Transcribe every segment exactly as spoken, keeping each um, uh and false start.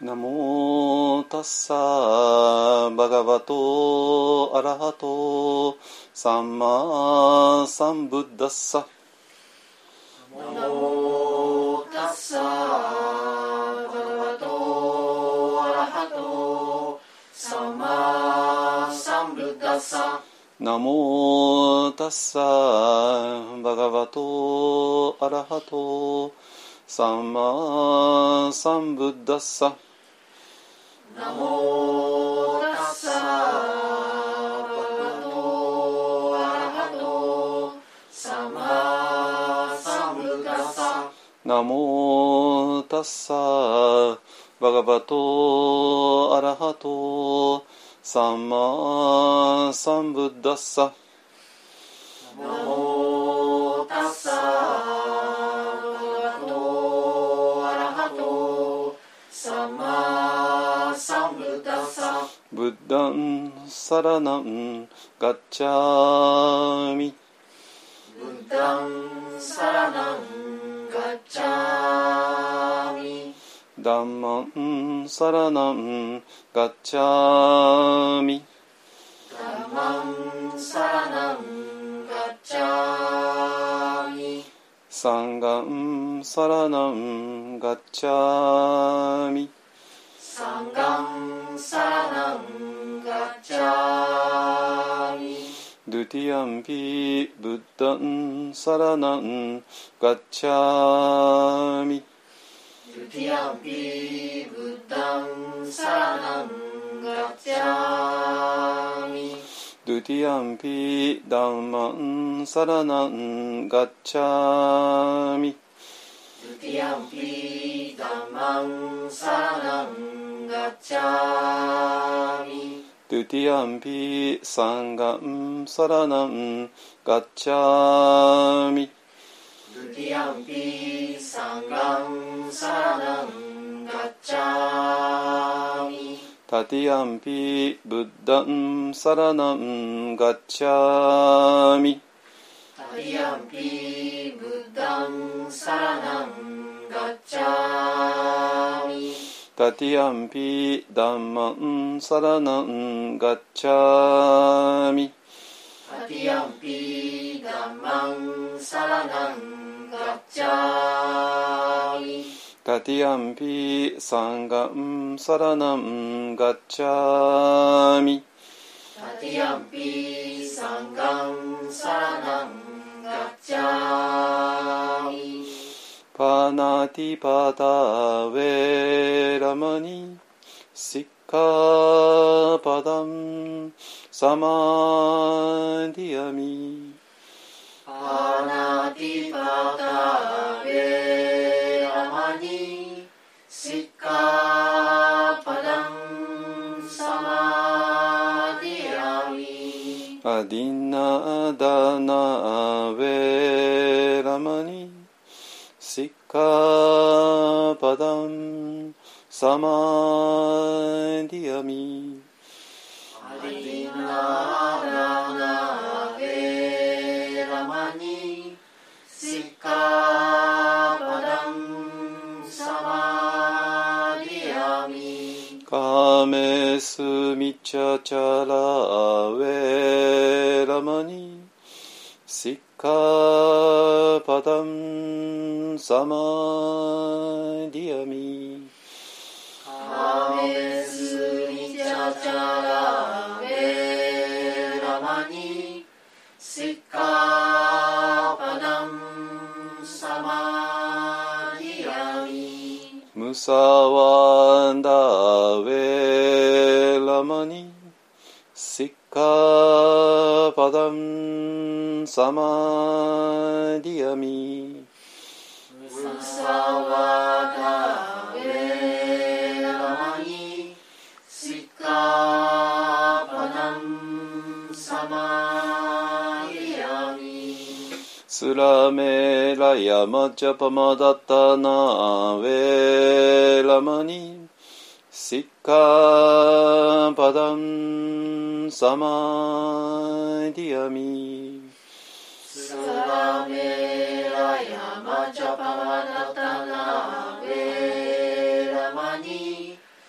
ナモタッサーバガバトアラハトサンマサンブッダッサ。 ナモタッサーバガバトアラハトサンマサンブッダッサ。 ナモタッサーバガバトアラハトサンマサンブッダッサ。 ナモタッサーバガバトアラハトサンマサンブッダッサ。 ナモタッサーバガバトアラハトサンマサンブッダッサ。 ナモタッサーバガバトアラハトサンマサンブッダッサ。 ブッダンサラナンガッチャミ。 ブッダンサラナンガッチャミ。 ダンマンサラナンガッチャミ。 ダンマンサラナンガッチャミ。 サンガンサラナンガッチャミ。 サンガンサラナンガッチャミ。 ドゥティアンピブッダンサラナンガッチャミ。 ドゥティアンピブッダンサラナンガッチャミ。 ドゥティアンピダンマンサラナンガッチャミ。 ドゥティアンピダンマンサラナンガッチャミ。 ドゥティアンピサンガンサラナンガッチャミ。 ドゥティアンピサンガンサラナンガッチャミ。 タティアンピブッダンサラナンガッチャミ。 タティアンピブッダンサラナンガッチャミ。 タティアンピダンマンサラナンガッチャミ。 タティアンピダンマンサラナンガッチャミ。 タティアンピサンガンサラナンガッチャミ。 タティアンピサンガンサラナンガッチャミ。 パナティパタウェラマニシッカパダンサマディアミ。 パナティパタウェラマニシッカパダンサマディアミ。 アディナダナウェラマニシッカパダンサマディアミ。 アディナダナウェラマニシッカパダンサマディアミ。 カメスミチャチャラウェラマニシッカパダンサマディアミ。 カメスミチャチャラウェラマニシッカパダンサマディアミ。 ムサワンダウェラマニシッカパダンサマディアミ。 ムサワダウェラマニシッカパダンサマディアミ。 スラメラヤマジャパマダタナウェラマニシッカパダンサマディアミ。 スラメラヤマジャパマダタナウェラマニ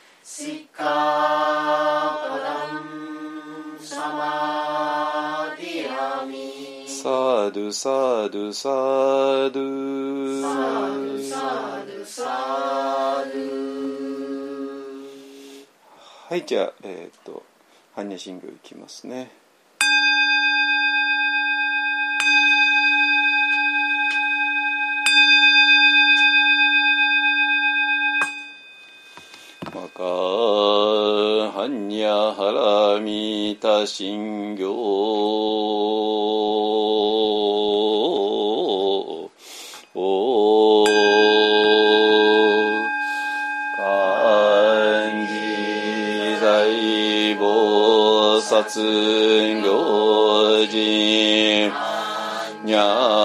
ードゥサードゥサードゥサードゥサードゥ。 はい、じゃあえっ、ー、と般若心経いきますね。マカ般若ハラミタ心経殺行人にゃ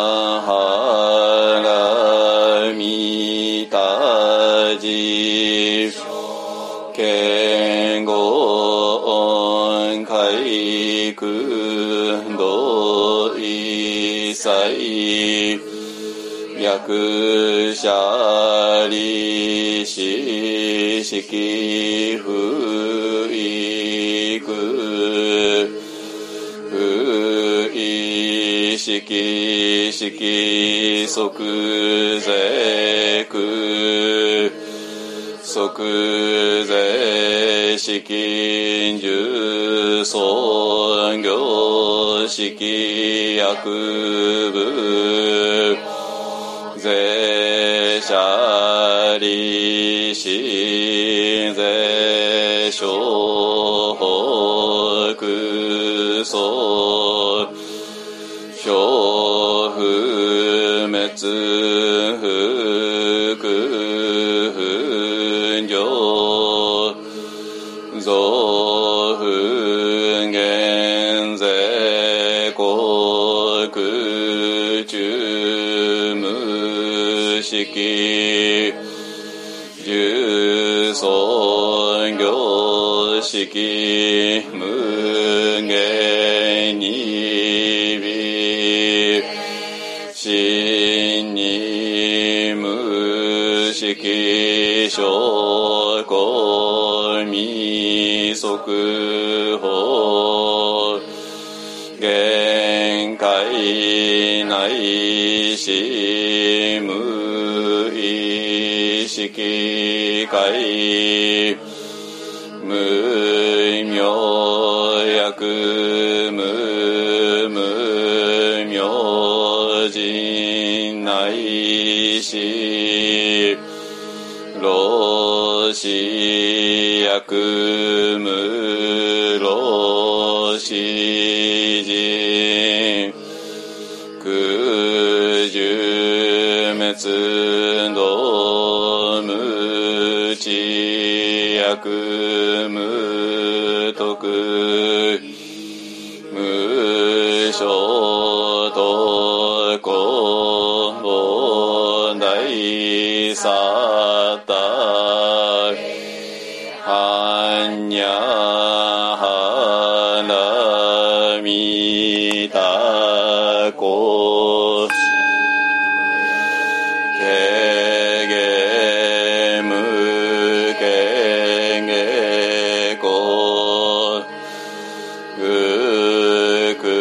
はらみたじ剣言開空道一切役者利子式不意不意識識即是空即是識十尊行識薬部税者利子税小空想小不滅不空不行増不減税国中無識十尊行識無限に微真に無識証拠未速報限界内し無意識界無明薬無無明人内し老死薬無老死人空十滅道無知薬無徳無所得公法大サタ般若波羅蜜多故軽減無軽減故不空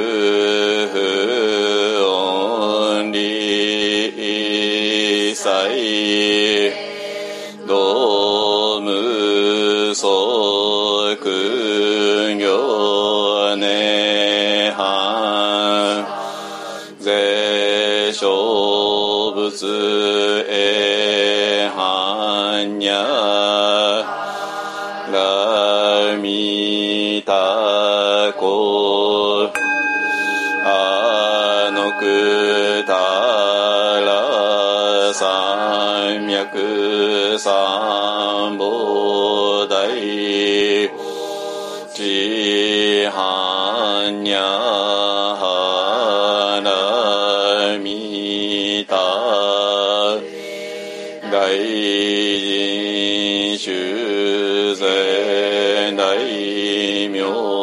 不音理一切道無相空行涅槃税小仏へ般若波羅蜜多故阿のくたら三脈三菩提智般若波羅蜜多大人修善大名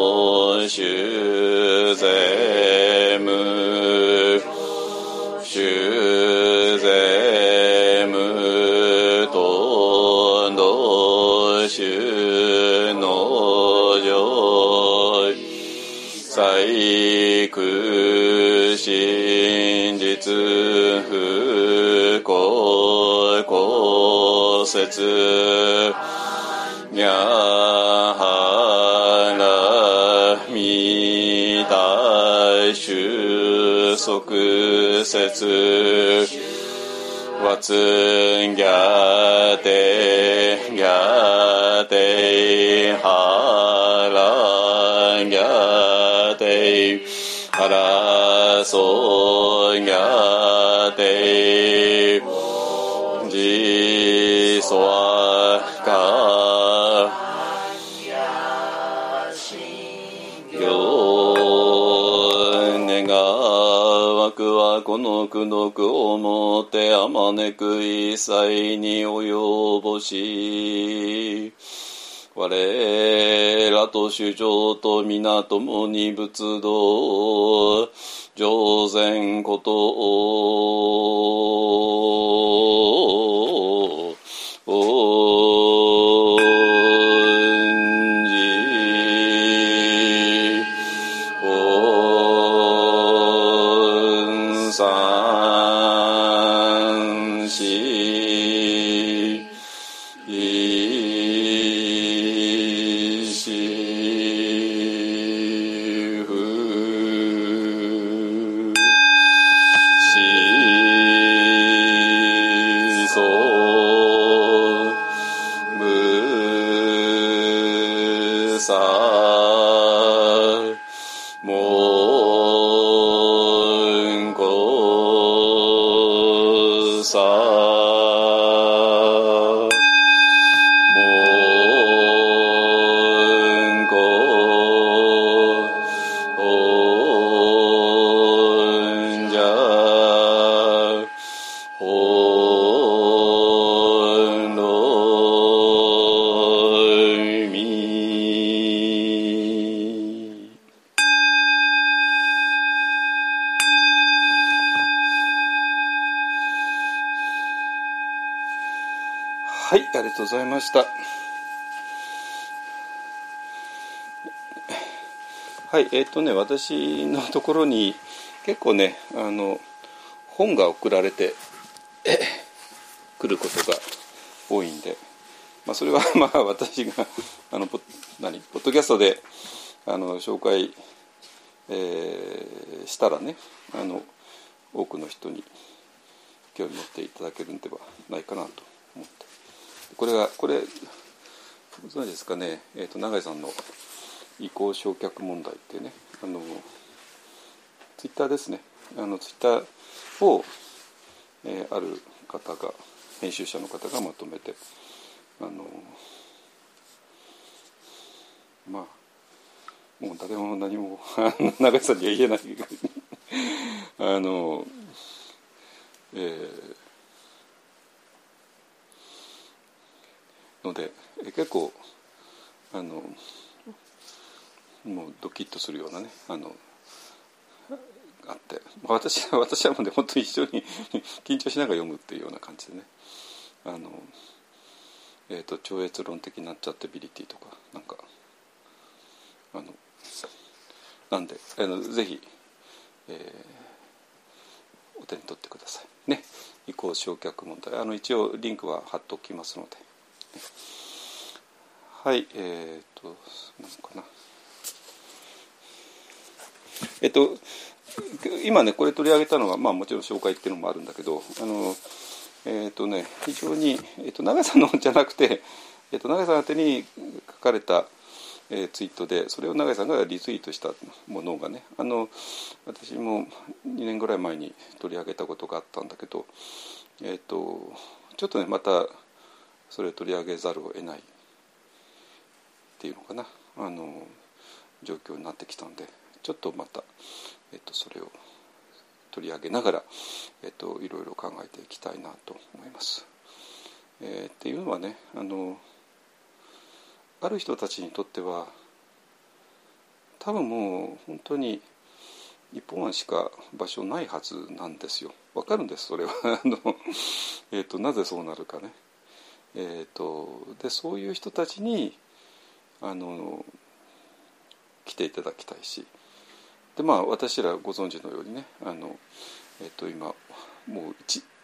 修善無修善無との修の上最空真実節にゃはらみ大収束節わつんぎゃてぎゃてはらぎゃてはらそぎゃてじそわかよねがわくはこの苦毒をもってあまねく一切に及ぼし我らと主張と皆共に仏道上善ことをおんじおんさんしいしふしそうむさもんこさもんこおんじゃほんのみはい、ありがとうございました。はい、えっとね、私のところに結構ね、あの本が送られてくることが多いんで、まあ、それはまあ私があのポ何ポッドキャストであの紹介、えー、したらね、あの多くの人に興味持っていただけるんではないかなと思って、これがこれご存知ですかね、えー、と永井さんの移行焼却問題ってね、あのツイッターですね、あのツイッターを、えー、ある方が編集者の方がまとめて、あのまあもう誰も何も永井さんには言えないあの、えー、のでえ結構あのもうドキッとするようなね、あのあって、私は私はもうね本当に一緒に緊張しながら読むっていうような感じでね、あの、えーと、超越論的なチャットビリティとかなんかあのなんであのぜひ、えー、お手に取ってくださいね。移行焼却問題、あの一応リンクは貼っておきますので、ね、はいえっ、ー、と何かなえっと今ねこれ取り上げたのは、まあ、もちろん紹介っていうのもあるんだけど、あのえっ、ー、とね非常に、えー、と永井さんのじゃなくて、えー、と永井さん宛てに書かれた、えー、ツイートで、それを永井さんがリツイートしたものがね、あの私もにねんぐらい前に取り上げたことがあったんだけど、えっ、ー、とちょっとねまたそれを取り上げざるを得ないっていうのかな、あの状況になってきたんで、ちょっとまた、えっと、それを取り上げながら、えっと、いろいろ考えていきたいなと思います。えー、っていうのはね、あのある人たちにとっては多分もう本当に一本案しか場所ないはずなんですよ。わかるんです、それはあの、えー、となぜそうなるかね、えー、とでそういう人たちにあの来ていただきたいし、でまあ私らご存知のようにね、あの、えー、と今もう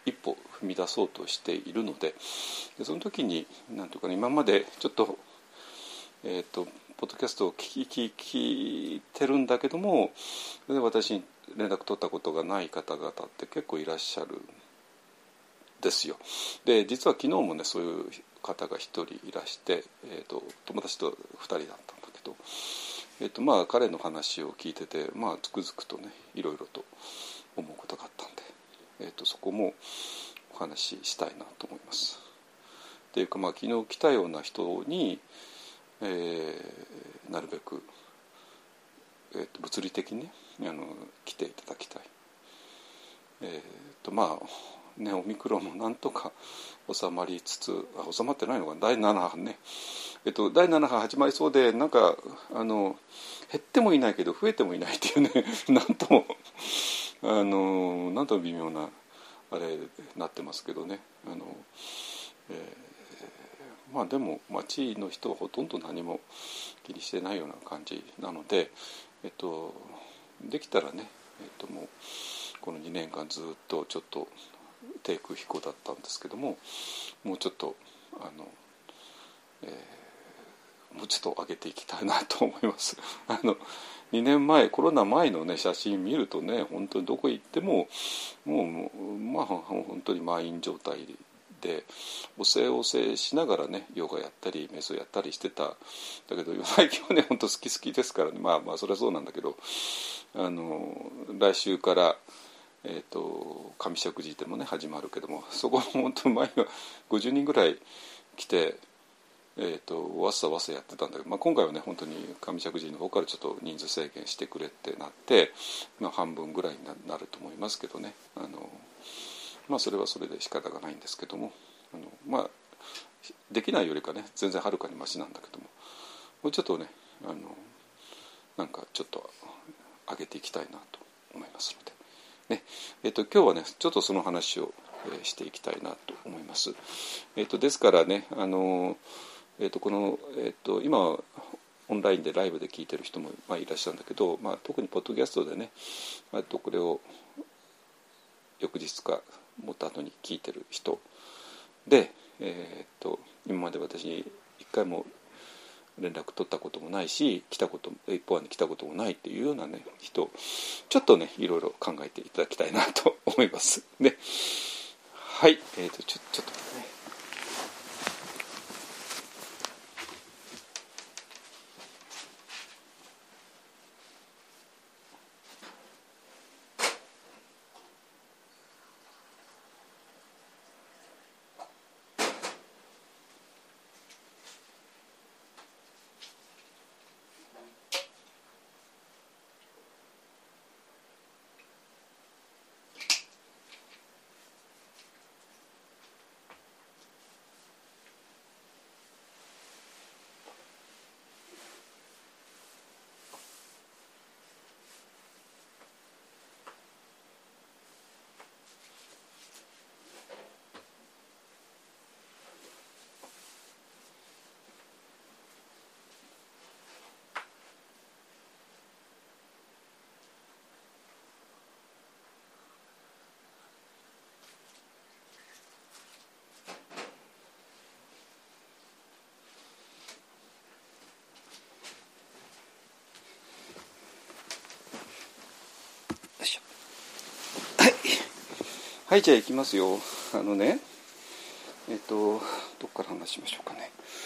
一歩踏み出そうとしているので、でその時になんとか、ね、今までちょっと、えーと、ポッドキャストを聞き聞いてるんだけども、それで私に連絡取ったことがない方々って結構いらっしゃるんですよ。で実は昨日もねそういう方が一人いらして、えーと、友達と二人だったんだけど、えーとまあ、彼の話を聞いてて、まあ、つくづくとねいろいろと思うことがあったんで、えーと、そこもお話ししたいなと思います。っていうか、まあ、昨日来たような人に、えー、なるべく、えーと、物理的に、ね、あの来ていただきたい。えーとまあね、オミクロンもなんとか収まりつつ、あ収まってないのかな、だいなな波ね、えっと、だいなな波始まりそうで、なんかあの減ってもいないけど増えてもいないっていうねなんともあのなんとも微妙なあれになってますけどね。あの、えー、まあでも町の人はほとんど何も気にしてないような感じなので、えっと、できたらね、えっと、もうこのにねんかんずっとちょっと低空飛行だったんですけども、もうちょっとあの、えー、もうちょっと上げていきたいなと思いますあのにねんまえコロナ前のね写真見るとね、本当にどこ行ってももうまあ本当に満員状態で、おせおせしながらねヨガやったり瞑想やったりしてた。だけど最近はね本当好き好きですからね、まあまあそれはそうなんだけど、あの来週からえーと、上石寺でもね始まるけども、そこは本当に前はごじゅうにんぐらい来て、えーと、わっさわっさやってたんだけど、まあ、今回はね本当に上石寺の方からちょっと人数制限してくれってなって、まあ、半分ぐらいになると思いますけどね、あの、まあ、それはそれで仕方がないんですけども、あの、まあ、できないよりかね全然はるかにマシなんだけども、もうちょっとねあのなんかちょっと上げていきたいなと思いますので。ねえー、と今日はねちょっとその話を、えー、していきたいなと思います。えー、とですからね、あのー、えー、とこの、えー、と今オンラインでライブで聞いてる人も、まあ、いらっしゃるんだけど、まあ、特にポッドキャストでね、まあ、とこれを翌日かもっと後に聞いてる人で、えー、と今まで私に一回も連絡取ったこともないし、来たこと一方に来たこともないっていうようなね人、ちょっとねいろいろ考えていただきたいなと思いますね。はい、えーとちょちょっとね。はい、じゃあ行きますよ。あのね、えっと、どっから話しましょうかね。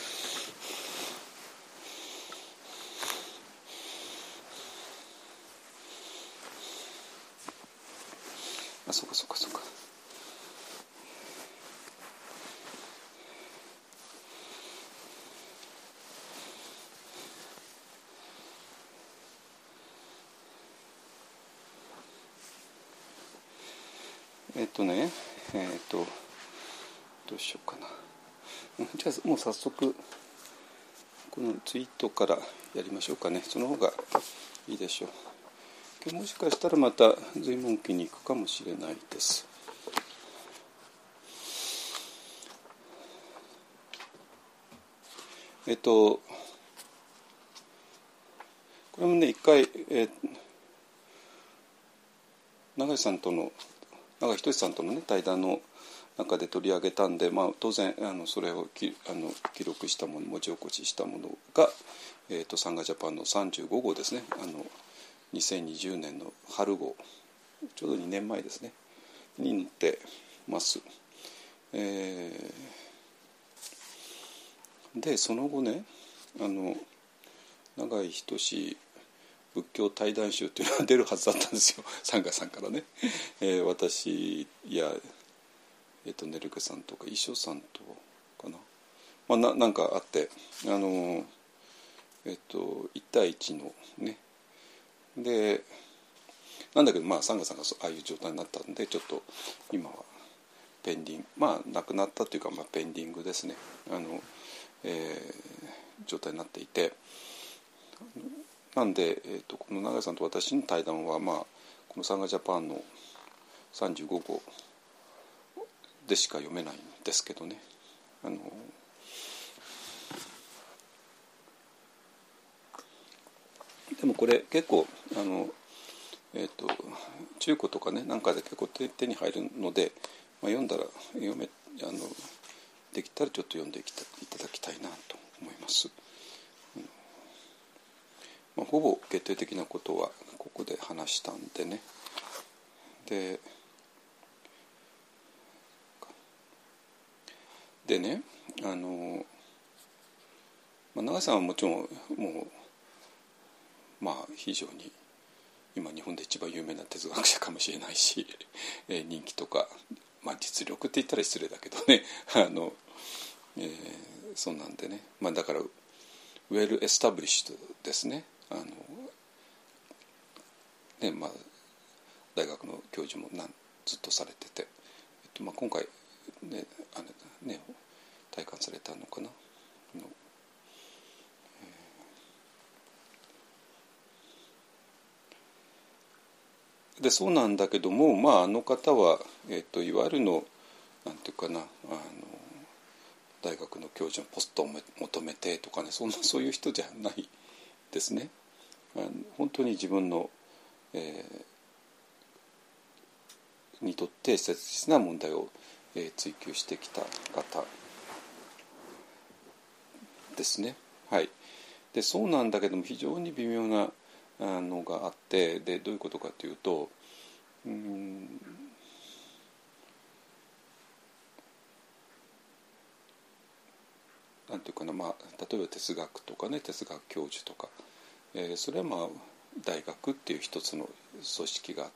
あ、そうかそうかそうか。えっとね、えっと、どうしようかな。じゃあもう早速、このツイートからやりましょうかね。その方がいいでしょう。もしかしたらまた随文記に行くかもしれないです。えっと、これもね、一回、えー、永井さんとのなんかひとしさんとのね対談の中で取り上げたんで、まあ、当然あのそれをきあの記録したもの文字起こししたものが、えー、とサンガジャパンのさんじゅうごごうですね。あのにせんにじゅうねんの春号、ちょうどにねんまえですねに載ってます。えー、でその後ね、あの永井仁仏教対談集っていうのが出るはずだったんですよ、サンガさんからね。えー、私や、えー、とネルケさんとか衣装さんとかな、まあ、な, なんかあって、あのー、えっ、ー、といち対いちのねでなんだけど、まあサンガさんがああいう状態になったんで、ちょっと今はペンディング、まあ亡くなったというか、まあ、ペンディングですね、あの、えー、状態になっていて、なんで、えー、とこの永井さんと私の対談は、まあ、このサンガジャパンのさんじゅうごごうでしか読めないんですけどね。あのでもこれ結構あの、えー、と中古とかねなんかで結構 手, 手に入るので、まあ、読んだら読めあのできたらちょっと読んでいきたいただきたいなと思います。うんまあ、ほぼ決定的なことはここで話したんでね。ででねあの、まあ、永井さんはもちろんもうまあ非常に今日本で一番有名な哲学者かもしれないし、えー、人気とか、まあ、実力って言ったら失礼だけどねあの、えー、そうなんでね、まあ、だからウェルエスタブリッシュですね。あのね、まあ、大学の教授もなんずっとされてて、えっとまあ、今回ねあれね体感されたのかなの、えー、でそうなんだけども、まあ、あの方は、えっと、いわゆるのなんていうかなあの大学の教授のポストを求めてとかね、そんなそういう人じゃないですね。本当に自分の、えー、にとって切実な問題を、えー、追求してきた方ですね。はい。でそうなんだけども非常に微妙なあのがあって、でどういうことかというと、うーんなんていうかな、まあ、例えば哲学とかね哲学教授とか、えー、それはまあ大学っていう一つの組織があって、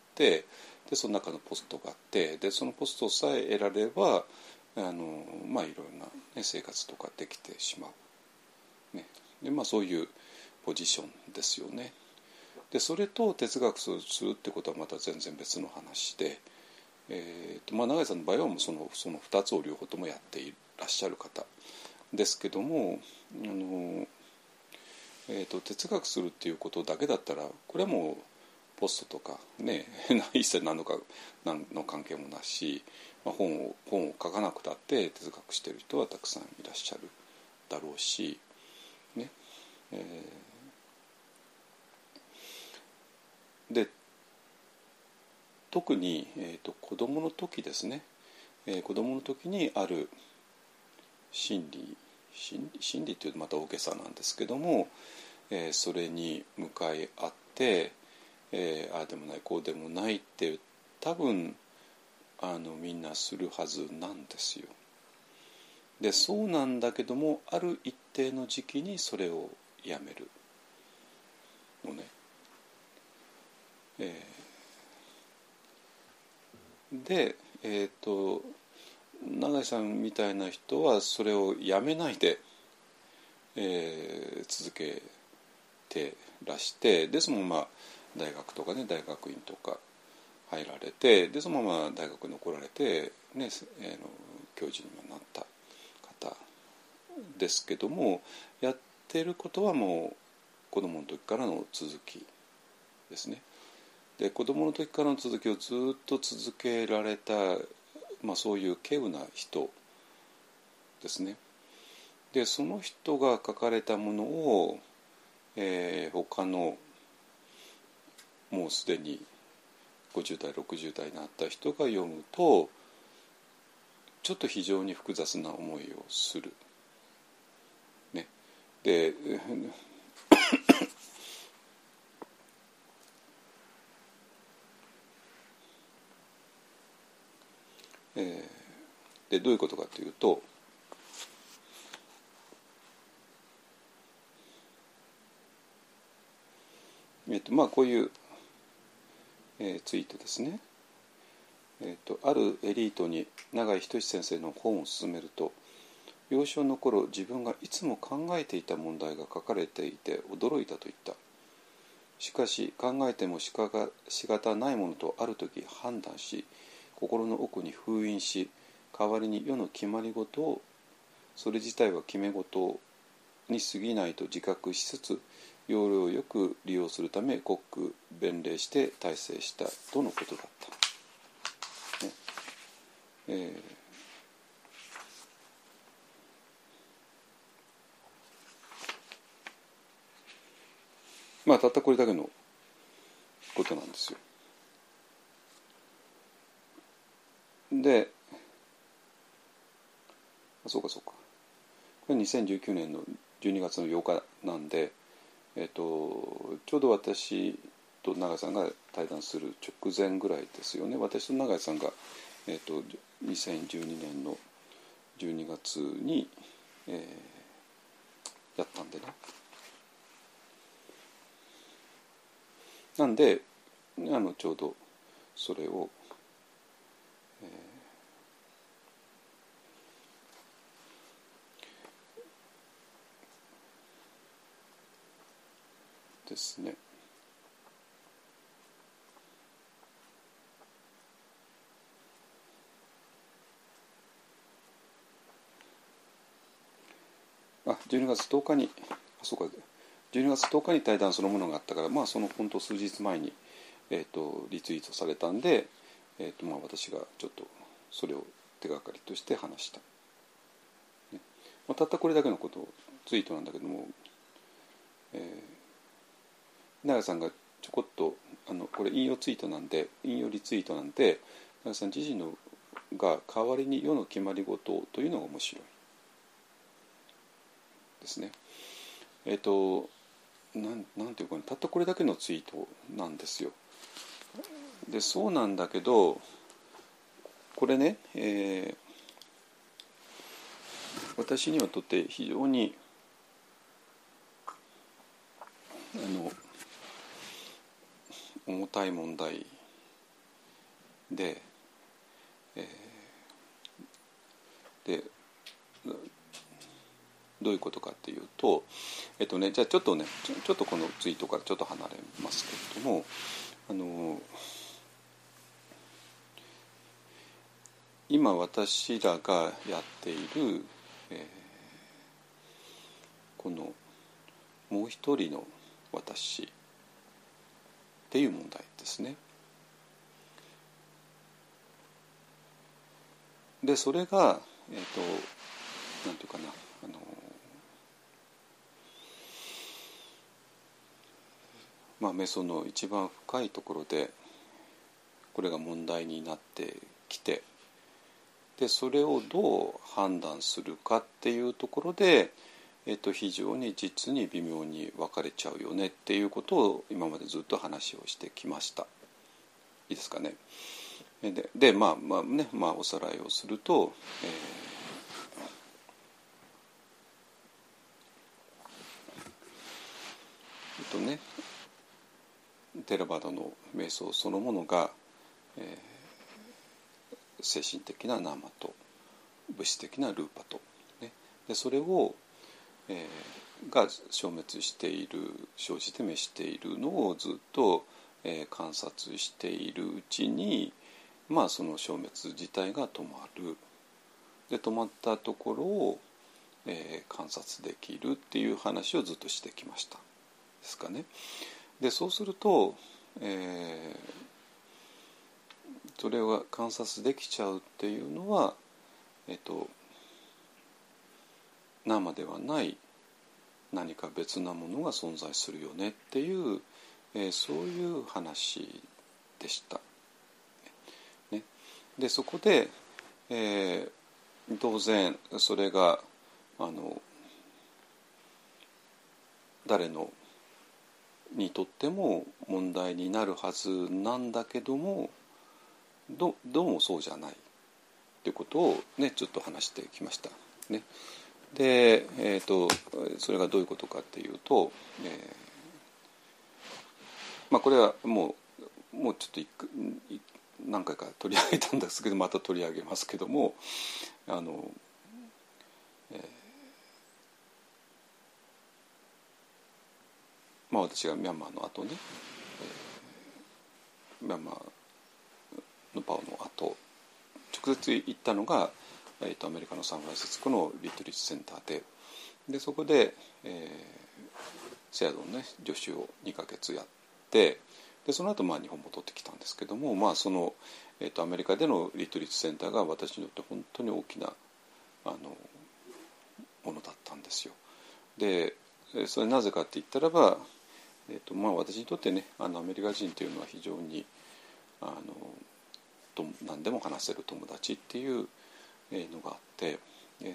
でその中のポストがあって、でそのポストさえ得らればあのまあいろいろな、ね、生活とかできてしまう、ね、でまあそういうポジションですよね。でそれと哲学するってことはまた全然別の話で、えーとまあ、永井さんの場合はもうそのそのふたつを両方ともやっていらっしゃる方ですけども、あの、えーと、哲学するっていうことだけだったらこれはもうポストとかね一切何のか何の関係もなし、まあ、本を本を書かなくたって哲学してる人はたくさんいらっしゃるだろうし、ねえー、で特に、えーと、子どもの時ですね、えー、子どもの時にある心理心理心理というとまた大げさなんですけども、えー、それに向かい合って、えー、ああでもないこうでもないって多分あのみんなするはずなんですよ。でそうなんだけどもある一定の時期にそれをやめるのね。えー、でえっと永井さんみたいな人はそれをやめないで、えー、続けてらして、でそのまま大学とかね大学院とか入られて、でそのまま大学に残られて、ねえー、の教授にもなった方ですけども、やってることはもう子どもの時からの続きですね。で子どもの時からの続きをずっと続けられた、まあ、そういう稀有な人ですね。でその人が書かれたものを、えー、他のもうすでにごじゅう代ろくじゅう代になった人が読むとちょっと非常に複雑な思いをする。ね、でえー、でどういうことかというと、えーとまあ、こういう、えー、ツイートですね。えーと、あるエリートに永井仁先生の本を勧めると、幼少の頃自分がいつも考えていた問題が書かれていて驚いたと言った。しかし考えてもしかが仕方ないものとある時判断し、心の奥に封印し、代わりに世の決まり事を、それ自体は決め事に過ぎないと自覚しつつ、要領をよく利用するため国区弁礼して大成したとのことだった、ねえーまあたったこれだけのことなんですよ。で、あ、そうかそうか。これにせんじゅうきゅうねんのじゅうにがつのようかなんで、えっと、ちょうど私と永井さんが対談する直前ぐらいですよね。私と永井さんが、えっと、にせんじゅうにねんのじゅうにがつに、えー、やったんでね。なんであのちょうどそれを、えー、ですね。あ、じゅうにがつとおかに、あ、そうか、じゅうにがつとおかに対談そのものがあったから、まあその本当数日前に、えー、とリツイートされたんで、えーとまあ、私がちょっとそれを手がかりとして話した、ね、まあ、たったこれだけのことツイートなんだけども、えー、永井さんがちょこっとあのこれ引用ツイートなんで引用リツイートなんで、永井さん自身のが代わりに世の決まり事というのが面白いですね。えっ、ー、となんなんていうかな、たったこれだけのツイートなんですよ。でそうなんだけど、これね、えー、私にはとって非常にあの重たい問題で、えー、でどういうことかっていうと、えっとね、じゃあちょっとねちょ、ちょっとこのツイートからちょっと離れますけれども、あの今私らがやっている、えー、このもう一人の私っていう問題ですね。でそれがえっとなんていうかな、あのまあ瞑想の一番深いところでこれが問題になってきて、でそれをどう判断するかっていうところで、えっと、非常に実に微妙に分かれちゃうよねっていうことを今までずっと話をしてきました。いいですかね。で, でまあまあね、まあおさらいをすると、えー、えっとねテラバダの瞑想そのものが、えー、精神的なナーマと物質的なルーパと、ね、でそれを、えー、が消滅している生じて滅しているのをずっと、えー、観察しているうちに、まあその消滅自体が止まる。で止まったところを、えー、観察できるっていう話をずっとしてきましたですかね。でそうすると、えー、それが観察できちゃうっていうのは、えっと生ではない何か別なものが存在するよねっていう、えー、そういう話でした。 でそこで、えー、当然それがあの誰のにとっても問題になるはずなんだけども ど, どうもそうじゃないということをねちょっと話してきましたね。で、えーと、それがどういうことかっていうと、えーまあ、これはもうもうちょっと何回か取り上げたんですけどまた取り上げますけども、あの、えーまあ、私がミャンマーの後ね、えー、ミャンマーのパオの後直接行ったのが、えー、とアメリカのサンフランシスコのリトリートセンターで、でそこで、えー、セアドのね助手をにかげつやって、でその後まあ日本戻ってきたんですけども、まあその、えー、とアメリカでのリトリートセンターが私にとって本当に大きなあのものだったんですよ。でそれなぜかって言ったらば、えーとまあ、私にとってねあのアメリカ人というのは非常にあのと何でも話せる友達っていうのがあって、え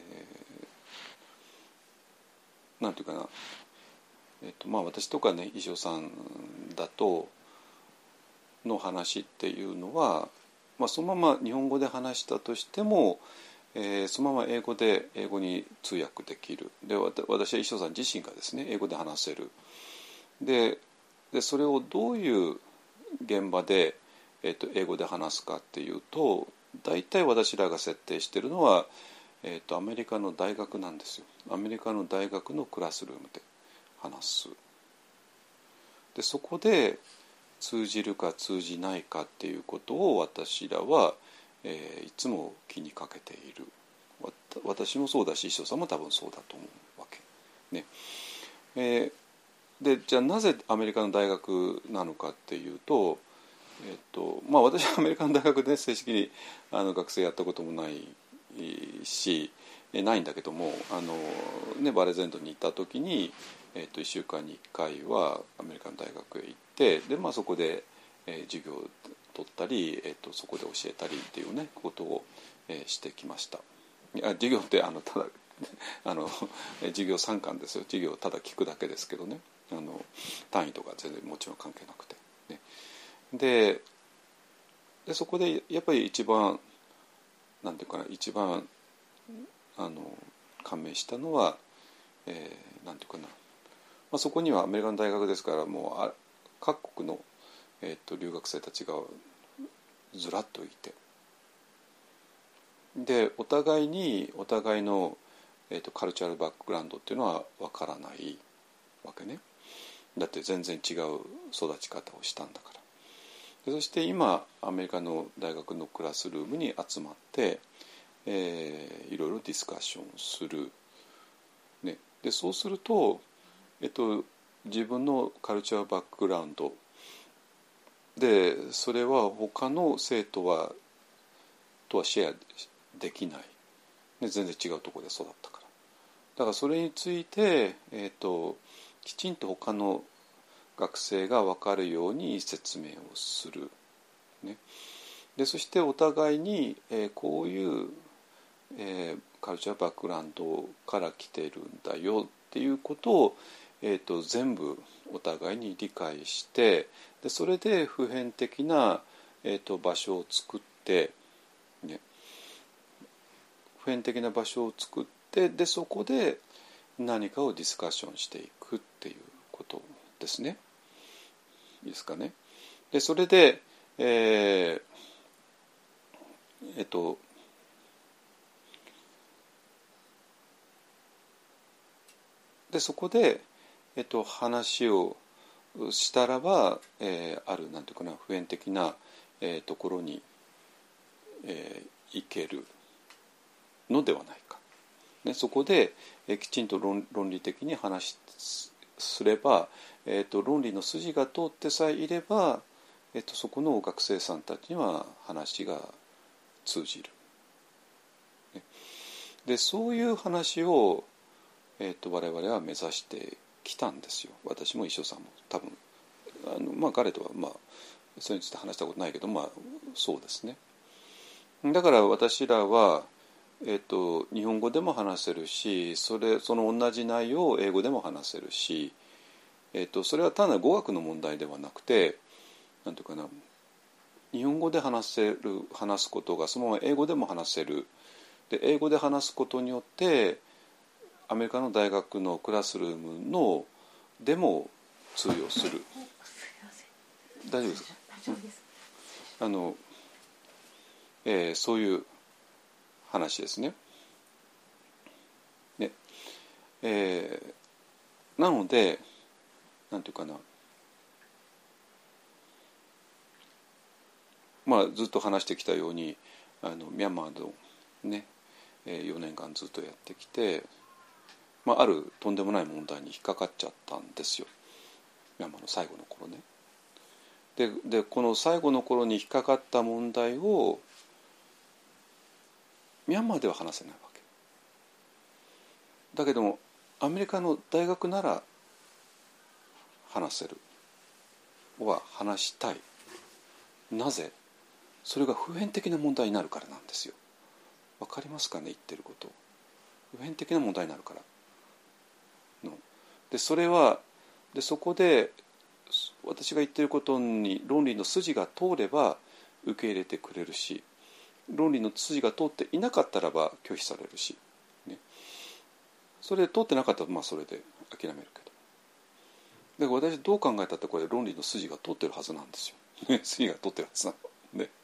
ー、なんていうかな、えーとまあ、私とかね石尾さんだとの話っていうのは、まあ、そのまま日本語で話したとしても、えー、そのまま英語で英語に通訳できる。で私は石尾さん自身がですね英語で話せる。で, でそれをどういう現場で、えー、と英語で話すかっていうと、大体私らが設定しているのは、えー、とアメリカの大学なんですよ。アメリカの大学のクラスルームで話す。でそこで通じるか通じないかっていうことを私らは、えー、いつも気にかけている。私もそうだし石尾さんも多分そうだと思うわけね。えーでじゃあなぜアメリカの大学なのかっていうと、えっとまあ、私はアメリカの大学で正式にあの学生やったこともないしないんだけども、あの、ね、バレゼントに行った時に、えっと、いっしゅうかんにいっかいはアメリカの大学へ行ってで、まあ、そこで、えー、授業を取ったり、えっと、そこで教えたりっていうねことを、えー、してきました。いや授業ってあのただあの授業参観ですよ。授業をただ聞くだけですけどね、あの単位とか全然もちろん関係なくて、ね、で, でそこでやっぱり一番なんていうかな一番あの感銘したのは、えー、なんていうかな、まあ、そこにはアメリカの大学ですからもうあ各国の、えー、と留学生たちがずらっといて、でお互いにお互いの、えー、とカルチャルバックグラウンドっていうのは分からないわけね。だって全然違う育ち方をしたんだから。でそして今アメリカの大学のクラスルームに集まって、えー、いろいろディスカッションする、ね、でそうすると、えっと、自分のカルチャーバックグラウンドでそれは他の生徒はとはシェアできない、ね、全然違うところで育ったから。だからそれについて、えーと、きちんと他の学生が分かるように説明をする、ね、でそしてお互いに、えー、こういう、えー、カルチャーバックグラウンドから来てるんだよっていうことを、えーと、全部お互いに理解して、でそれで普遍的な、えーと、場所を作って、ね、普遍的な場所を作ってでそこで何かをディスカッションしていくっていうことですね。いいですかね。でそれで、えー、えっとでそこで、えっと、話をしたらば、えー、あるなんていうかな普遍的な、えー、ところに、えー、行けるのではないか、ね、そこで、えー、きちんと 論, 論理的に話すれば、えー、と論理の筋が通ってさえいれば、えー、とそこの学生さんたちには話が通じる、ね、でそういう話を、えー、と我々は目指してきたんですよ。私も一緒さんも多分あの、まあ、彼とは、まあ、それについて話したことないけど、まあ、そうですね。 だから私らは、えーと、日本語でも話せるし、それその同じ内容を英語でも話せるし、えーと、それは単なる語学の問題ではなくて、なんていうかな、日本語で話せる話すことがそのまま英語でも話せる。で英語で話すことによってアメリカの大学のクラスルームのでも通用する。大丈夫ですか？ 大丈夫です。 あの、えー、そういう話ですね。ね、えー、なのでなんていうかな、まあずっと話してきたように、あのミャンマーのね、よねんかんずっとやってきて、まあ、あるとんでもない問題に引っかかっちゃったんですよ、ミャンマーの最後の頃ね。で, でこの最後の頃に引っかかった問題をミャンマーでは話せないわけだけども、アメリカの大学なら話せるは話したい。なぜ？それが普遍的な問題になるからなんですよ。わかりますかね、言ってること。普遍的な問題になるからの。でそれはでそこで私が言ってることに論理の筋が通れば受け入れてくれるし、論理の筋が通っていなかったらば拒否されるし、ね、それで通ってなかったらまあそれで諦めるけど、だから私どう考えたってこれ論理の筋が通ってるはずなんですよ筋が通ってるはずなのね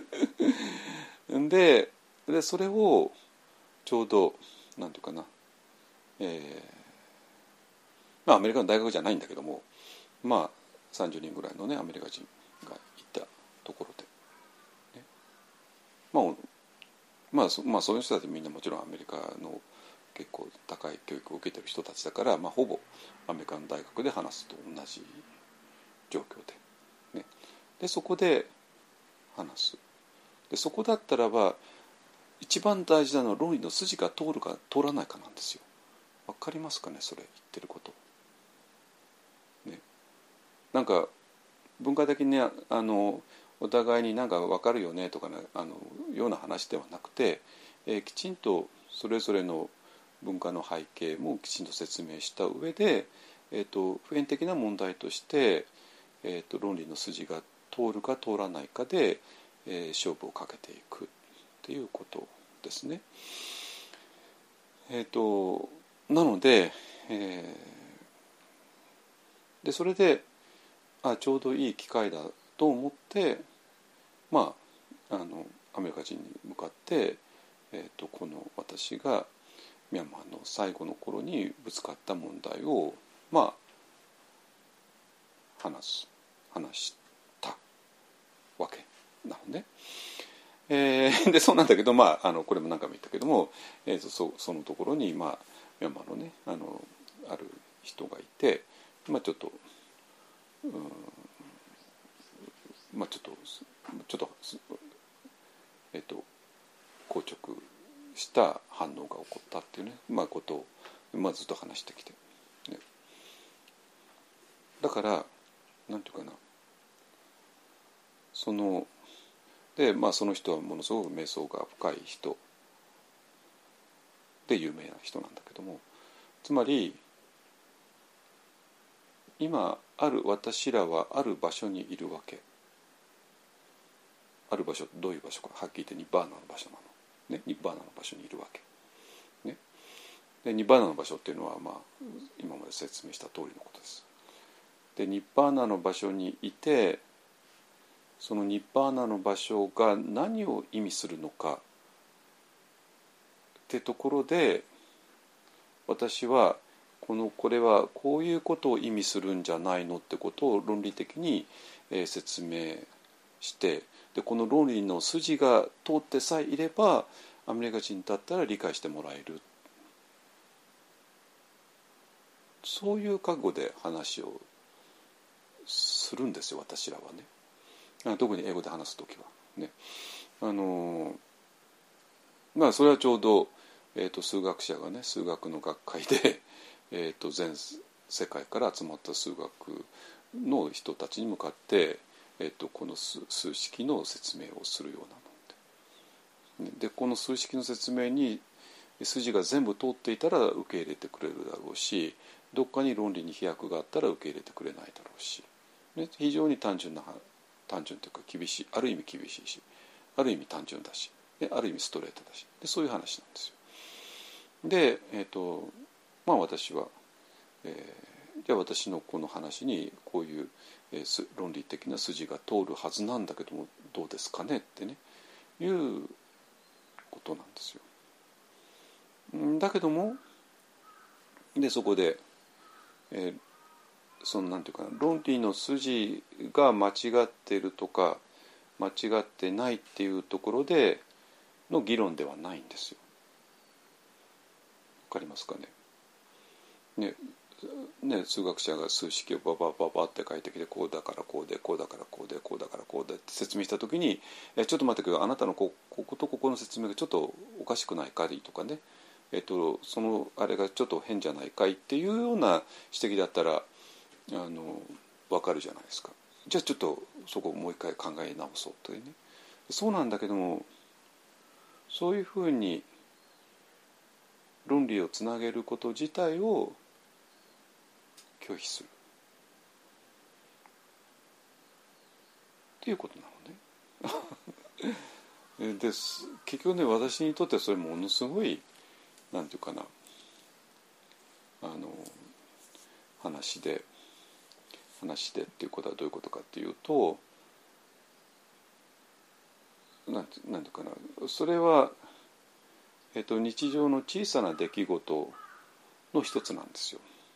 で, でそれをちょうどなんていうかな、えー、まあアメリカの大学じゃないんだけども、まあさんじゅうにんぐらいのねアメリカ人がいたところで、ね、まあまあそ、まあそういう人たちみんなもちろんアメリカの結構高い教育を受けてる人たちだから、まあ、ほぼアメリカの大学で話すと同じ状況で、ね、でそこで話す。でそこだったらば一番大事なのは論理の筋が通るか通らないかなんですよ。わかりますかね、それ言ってること、ね、なんか文化的にね、あのお互いになんか分かるよねとかね、あのような話ではなくて、えー、きちんとそれぞれの文化の背景もきちんと説明した上で、えー、と普遍的な問題として、えー、と論理の筋が通るか通らないかで、えー、勝負をかけていくっていうことですね。えー、となので、えー、でそれであちょうどいい機会だと思って、まあ、あのアメリカ人に向かって、えー、とこの私がミャンマーの最後の頃にぶつかった問題をまあ話す話したわけなのね。えー、でそうなんだけど、まあ、あのこれも何回も言ったけども、えー、と そ, そのところに、まあ、ミャンマーのね あ, のある人がいて、まあ、ちょっと、うん、まあちょっとちょっとえっ、ー、と硬直した反応が起こったっていうね、まあ、ことを、まあ、ずっと話してきて、ね、だからなんていうかな、そので、まあ、その人はものすごく瞑想が深い人で有名な人なんだけども、つまり今ある私らはある場所にいるわけ。ある場所、どういう場所かはっきり言ってニッバーナの場所なの、ね、ニッバーナの場所にいるわけ、ね、でニッバーナの場所っていうのは、まあ、今まで説明した通りのことです。でニッバーナの場所にいて、そのニッバーナの場所が何を意味するのかってところで、私はこのこれはこういうことを意味するんじゃないのってことを論理的に、えー、説明して、でこの論理の筋が通ってさえいればアメリカ人だったら理解してもらえる、そういう覚悟で話をするんですよ、私らはね。特に英語で話すときはね。あのまあそれはちょうど、えー、と数学者がね数学の学会で、えー、と全世界から集まった数学の人たちに向かって、えー、とこの 数, 数式の説明をするようなのでこの数式の説明に筋が全部通っていたら受け入れてくれるだろうし、どっかに論理に飛躍があったら受け入れてくれないだろうし、ね、非常に単純な単純というか厳しい、ある意味厳しいし、ある意味単純だし、である意味ストレートだし、でそういう話なんですよ。で、えーとまあ、私は、えー、じゃあ私のこの話にこういう、えー、論理的な筋が通るはずなんだけどもどうですかねってねいうことなんですよ。だけどもでそこで、えー、そのなんていうかな、論理の筋が間違っているとか間違ってないっていうところでの議論ではないんですよ。わかりますかね。ねね、数学者が数式をババババって書いてきて、こうだからこうでこうだからこうでこうだからこうでって説明したときに、えちょっと待ってくれ、あなたのここことここの説明がちょっとおかしくないかいとかね、えっと、そのあれがちょっと変じゃないかいっていうような指摘だったらあの分かるじゃないですか。じゃあちょっとそこをもう一回考え直そうというね。そうなんだけども、そういうふうに論理をつなげること自体を拒否するっていうことなのね。です結局ね、私にとってはそれものすごいなんていうかな、あの話で話でっていうことはどういうことかっていうと、なんてなんていうかな、それは、えっと、日常の小さな出来事の一つなんですよ。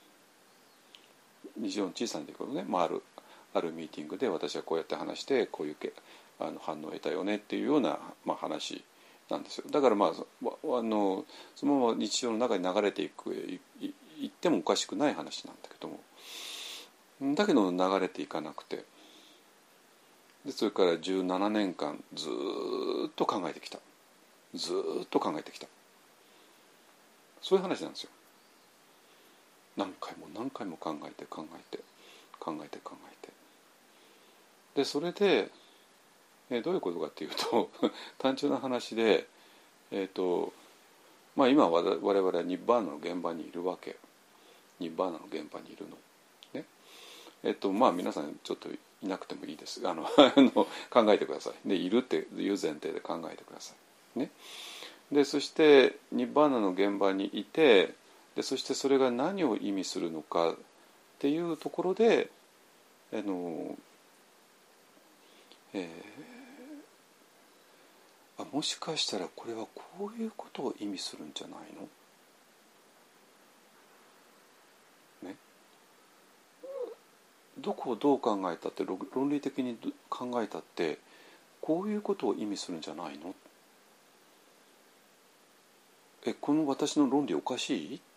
日常の小さな出来事ね、まあ、あるあるミーティングで私はこうやって話してこういうあの反応を得たよねっていうような、まあ、話なんですよ。だからまあ、あのそのまま日常の中に流れていくいいいってもおかしくない話なんだけども、だけど流れていかなくて、でそれからじゅうななねんかんずっと考えてきたずっと考えてきたそういう話なんですよ。何回も何回も考えて考えて考えて考えて、でそれで、えどういうことかっていうと単純な話で、えーとまあ、今我々はニッバーナの現場にいるわけ。ニッバーナの現場にいるのね。えっ、とまあ皆さんちょっといなくてもいいです。あの考えてください。でいるっていう前提で考えてくださいね。でそしてニッバーナの現場にいて、でそしてそれが何を意味するのかっていうところで、あの、えー、あもしかしたらこれはこういうことを意味するんじゃないのね。どこをどう考えたって論理的に考えたってこういうことを意味するんじゃないの。えこの私の論理おかしい？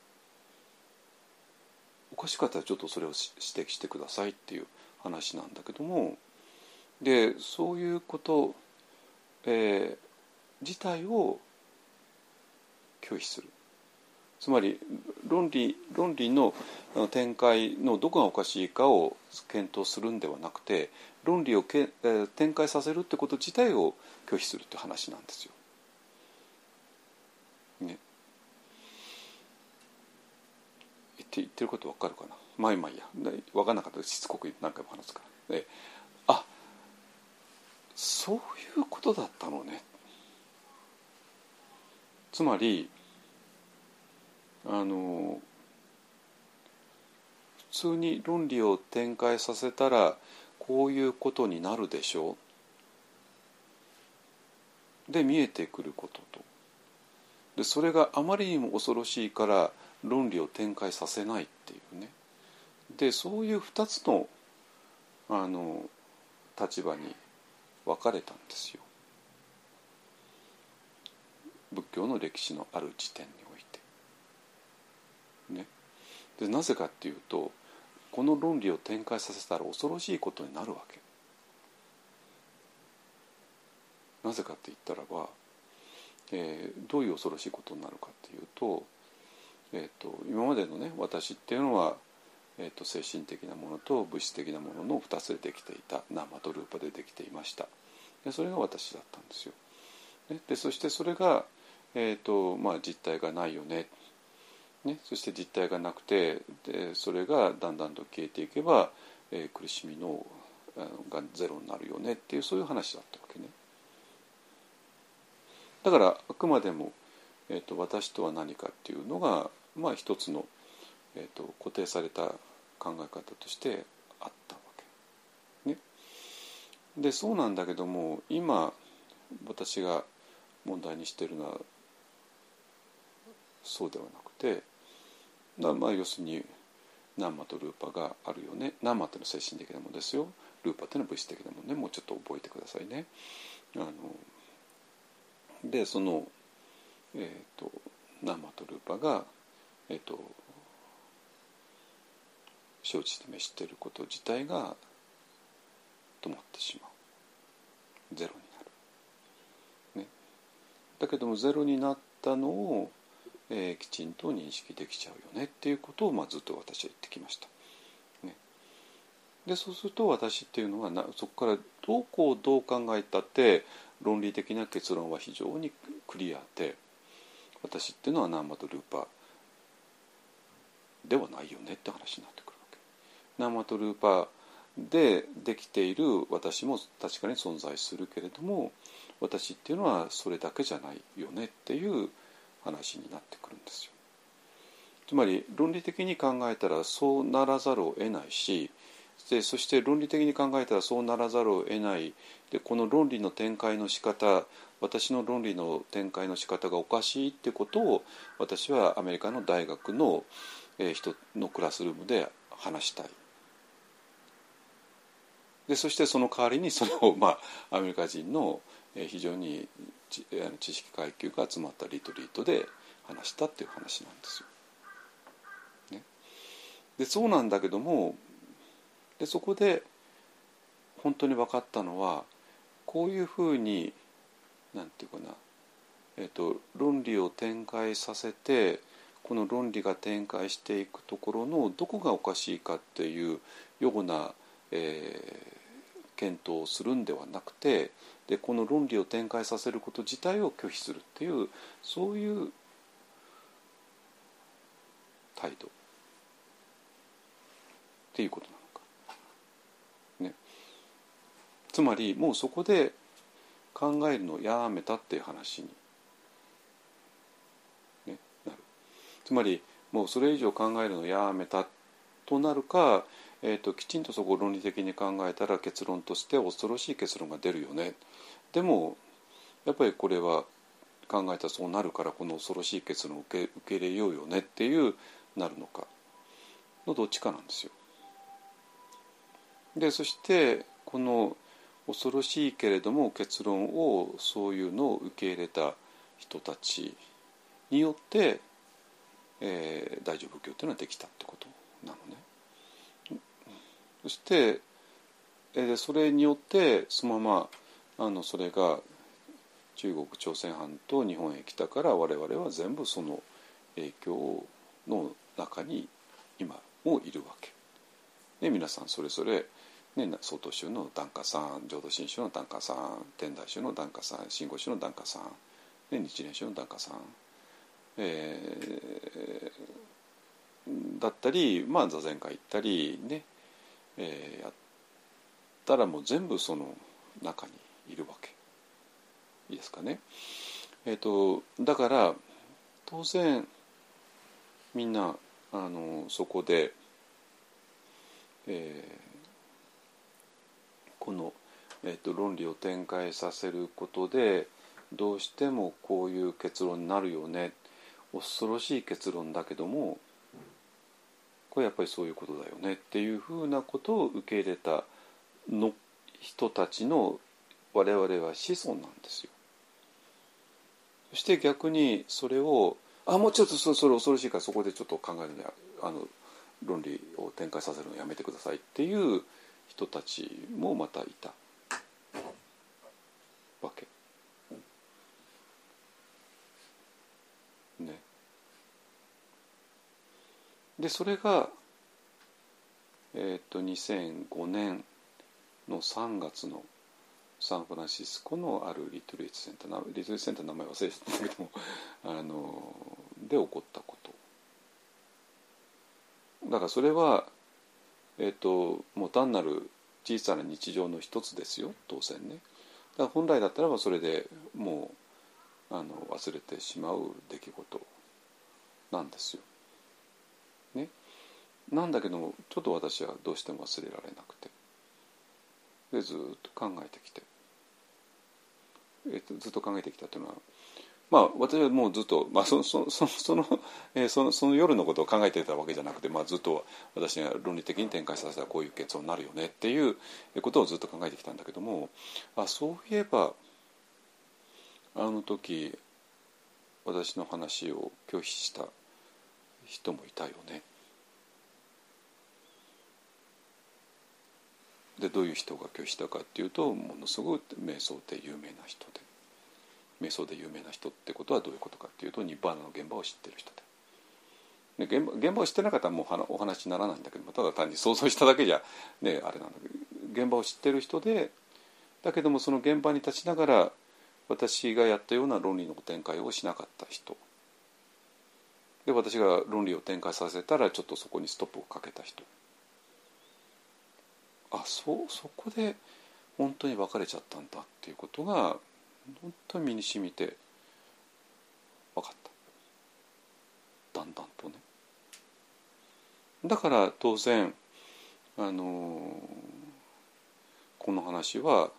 おかしかったらちょっとそれを指摘してくださいっていう話なんだけども、でそういうこと、えー、自体を拒否する。つまり論理論理の展開のどこがおかしいかを検討するんではなくて、論理をけ、えー、展開させるってこと自体を拒否するって話なんですよ。ね。言って言ってることわかるかな。まあ今いいや。わかんなかったらしつこく何回も話すから。で、あ、そういうことだったのね。つまりあの普通に論理を展開させたらこういうことになるでしょうで見えてくることと、でそれがあまりにも恐ろしいから論理を展開させないっていうね。でそういうふたつのあの立場に分かれたんですよ、仏教の歴史のある時点においてね。でなぜかっていうと、この論理を展開させたら恐ろしいことになるわけ。なぜかって言ったらば、えー、どういう恐ろしいことになるかっていうと、えー、と今までのね私っていうのは、えー、と精神的なものと物質的なもののふたつでできていた、ナーマとルーパでできていました。でそれが私だったんですよ。 ね、でそしてそれが、えーとまあ、実体がないよね、ね、そして実体がなくて、でそれがだんだんと消えていけば、えー、苦しみのがゼロになるよねっていう、そういう話だったわけね。だからあくまでも、えーと、私とは何かっていうのが、まあ、一つの、えーと、固定された考え方としてあったわけ、ね、でそうなんだけども、今私が問題にしているのはそうではなくて、だまあ要するにナンマとルーパがあるよね。ナンマっていうのは精神的なものですよ。ルーパっていうのは物質的なものね。もうちょっと覚えてくださいね。あのでその、えーと、ナンマとルーパが、えーと、承知して召していること自体が止まってしまう。ゼロになる。ね、だけどもゼロになったのを、えー、きちんと認識できちゃうよねっていうことを、まあ、ずっと私は言ってきました。ね、でそうすると私っていうのはなそこからどこをどう考えたって論理的な結論は非常にクリアで、私っていうのはナンマとルーパではないよねって話になってくるわけ。ナンマとルーパでできている私も確かに存在するけれども、私っていうのはそれだけじゃないよねっていう話になってくるんですよ。つまり論理的に考えたらそうならざるを得ないし、でそして論理的に考えたらそうならざるを得ない。でこの論理の展開の仕方、私の論理の展開の仕方がおかしいってことを私はアメリカの大学の、えー、人のクラスルームで話したい。でそしてその代わりにそれを、まあ、アメリカ人の非常に知識階級が集まったリトリートで話したっていう話なんですよ。ね、でそうなんだけども、でそこで本当に分かったのは、こういうふうになんていうかな、えーと、論理を展開させて、この論理が展開していくところのどこがおかしいかっていうような、えー検討をするんではなくて、でこの論理を展開させること自体を拒否するっていう、そういう態度っていうことなのか、ね、つまりもうそこで考えるのをやめたっていう話に、ね、なる。つまりもうそれ以上考えるのをやめたとなるか、えーと、きちんとそこを論理的に考えたら結論として恐ろしい結論が出るよね。でもやっぱりこれは考えたらそうなるから、この恐ろしい結論を受け、受け入れようよねっていうなるのかのどっちかなんですよ。でそしてこの恐ろしいけれども結論をそういうのを受け入れた人たちによって、えー、大乗仏教というのはできたってことなのね。そして、えー、それによってそのままあのそれが中国朝鮮半島日本へ来たから、我々は全部その影響の中に今もいるわけで、皆さんそれぞれ、ね、曹洞宗の檀家さん、浄土真宗の檀家さん、天台宗の檀家さん、真言宗の檀家さん、ね、日蓮宗の檀家さん、えー、だったり、まあ、座禅会行ったりね、えー、やったらもう全部その中にいるわけ。いいですかね。えーと、だから当然みんなあのそこで、えー、この、えーと、論理を展開させることでどうしてもこういう結論になるよね、恐ろしい結論だけどもこれやっぱりそういうことだよねっていうふうなことを受け入れたの人たちの我々は子孫なんですよ。そして逆にそれをあもうちょっとそれ恐ろしいからそこでちょっと考えるのやあの論理を展開させるのやめてくださいっていう人たちもまたいたわけね。でそれがえっとにせんごねんのさんがつのサンフランシスコのあるリトリートセンター、リトリートセンターの名前忘れてたんだけどもあので起こったこと。だからそれは、えーと、もう単なる小さな日常の一つですよ、当然ね。だから本来だったらばそれでもうあの忘れてしまう出来事なんですよ。ね。なんだけどもちょっと私はどうしても忘れられなくて、でずっと考えてきて、えーと、ずっと考えてきたというのは、まあ私はもうずっと、まあ、そ, そ, そ, そ, のえー、そのその夜のことを考えていたわけじゃなくて、まあ、ずっと私が論理的に展開させたらこういう結論になるよねっていうことをずっと考えてきたんだけども、あ、そういえばあの時私の話を拒否した人もいたよね。でどういう人が拒否したかっていうと、ものすごく瞑想で有名な人で、瞑想で有名な人ってことはどういうことかっていうと、ニッバーナの現場を知ってる人で、で 現, 場現場を知ってなかったらもうお話にならないんだけども、ただ単に想像しただけじゃねあれなんだけど、現場を知ってる人で、だけどもその現場に立ちながら私がやったような論理の展開をしなかった人で、私が論理を展開させたらちょっとそこにストップをかけた人、あ、そう、そこで本当に別れちゃったんだっていうことが本当に身に染みて分かった、だんだんとね。だから当然あのこの話は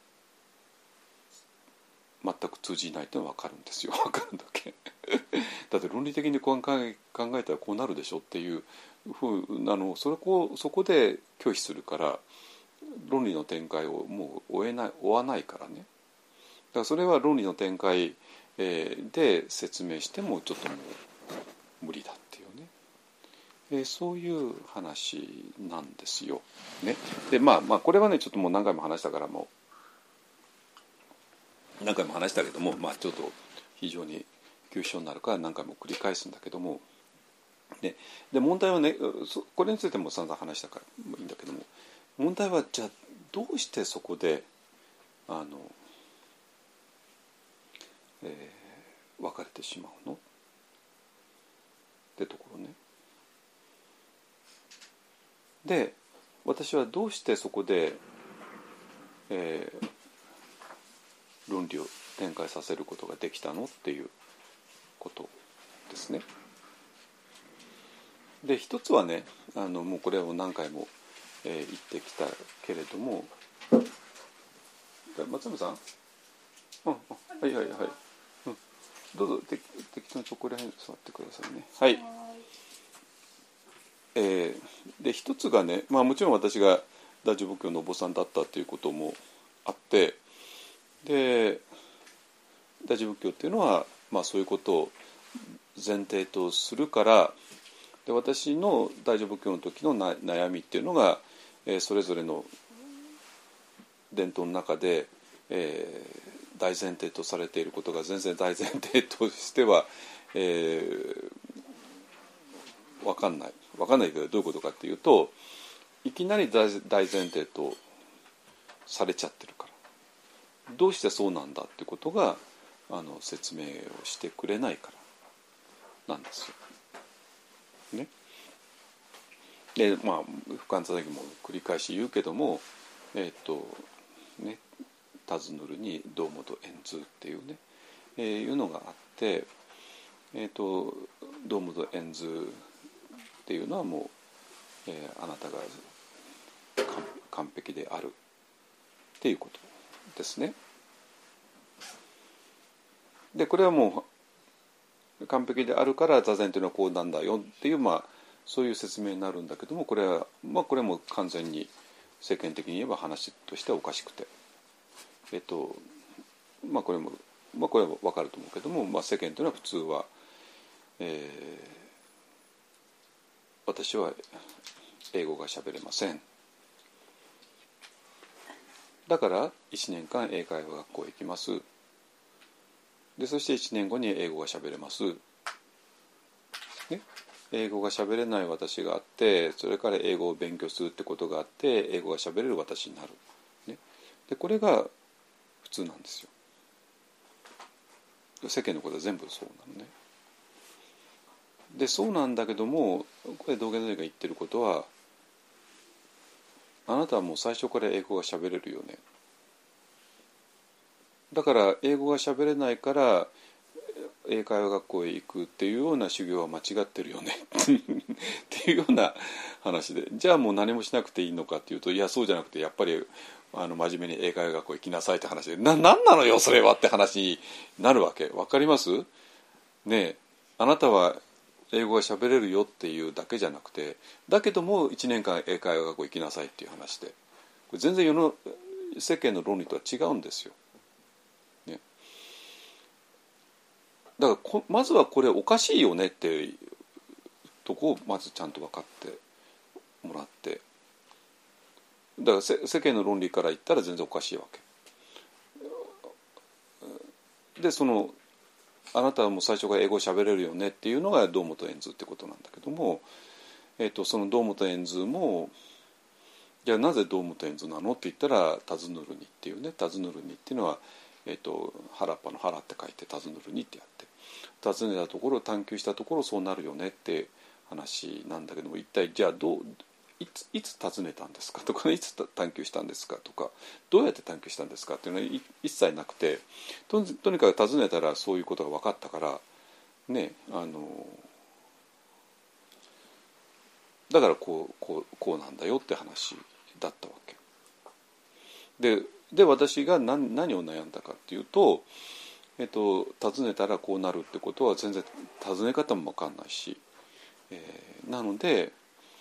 全く通じないというのは分かるんですよ。分かるだけだって論理的に考え、考えたらこうなるでしょっていうふうなのを、それこそこで拒否するから論理の展開をもう追えない、追わないからね。だからそれは論理の展開で説明してもちょっともう無理だっていうね、えー、そういう話なんですよ。ね、でまあまあこれはねちょっともう何回も話したからもう何回も話したけども、まあちょっと非常に急所になるから何回も繰り返すんだけども、ね、で問題はね、これについても散々話したからいいんだけども、問題はじゃあどうしてそこであの、えー、別れてしまうのってところね。で私はどうしてそこで、えー、論理を展開させることができたのっていうことですね。で一つはね、あのもうこれを何回も、えー、言ってきたけれども、松山さん、うん、はいはいはい、うん、どうぞ適当にそこら辺座ってくださいね。はい。えー、で一つがね、まあ、もちろん私が大乗仏教のお坊さんだったということもあって、で大乗仏教っていうのは、まあ、そういうことを前提とするから、で私の大乗仏教の時のな悩みっていうのが、えー、それぞれの伝統の中で、えー、大前提とされていることが全然大前提としては、えー、分かんない分かんないけど、どういうことかっていうと、いきなり 大, 大前提とされちゃってるから、どうしてそうなんだってことがあの説明をしてくれないからなんですよ。ね、でまあ不完座だけも繰り返し言うけども、えっ、ー、とね、タズヌルに堂本円図っていうね、えー、いうのがあって、えっ、ー、と堂本円図っていうのはもう、えー、あなたが完璧であるっていうことですね。でこれはもう完璧であるから座禅というのはこうなんだよっていう、まあそういう説明になるんだけども、これはまあこれも完全に世間的に言えば話としてはおかしくて、えっとまあこれもまあこれは分かると思うけども、まあ世間というのは普通は、えー、私は英語が喋れません、だからいちねんかん英会話学校へ行きます。でそしていちねんごに英語が喋れます、ね、英語が喋れない私があって、それから英語を勉強するってことがあって英語が喋れる私になる、ね、でこれが通なんですよ。世間のことは全部そうなのね。でそうなんだけども、これ道元先生が言ってることは、あなたはもう最初から英語が喋れるよね。だから英語が喋れないから英会話学校へ行くっていうような修行は間違ってるよねっていうような話で、じゃあもう何もしなくていいのかっていうと、いやそうじゃなくて、やっぱりあの真面目に英会話学校行きなさいって話で、な、なんなのよそれはって話になるわけ。わかりますねえ。あなたは英語が喋れるよっていうだけじゃなくて、だけどもいちねんかん英会話学校行きなさいっていう話で、これ全然世の世間の論理とは違うんですよ。ね、だからこまずはこれおかしいよねっていうとこをまずちゃんと分かってもらって、だから世間の論理から言ったら全然おかしいわけで、そのあなたはもう最初から英語を喋れるよねっていうのが堂本円図ってことなんだけども、えー、とその堂本円図も、じゃあなぜ堂本円図なのって言ったら、タズヌルニっていうね、タズヌルニっていうのは、えー、と原っぱの原って書いてタズヌルニってやって、尋ねたところ探求したところそうなるよねって話なんだけども、一体じゃあどういついつ尋ねたんですかとか、いつ探求したんですかとか、どうやって探求したんですかっていうのは一切なくて、 と, とにかく尋ねたらそういうことが分かったからね、あのだからこうこうこうなんだよって話だったわけで、で私が 何, 何を悩んだかっていうと、えっと、尋ねたらこうなるってことは全然尋ね方も分かんないし、えー、なので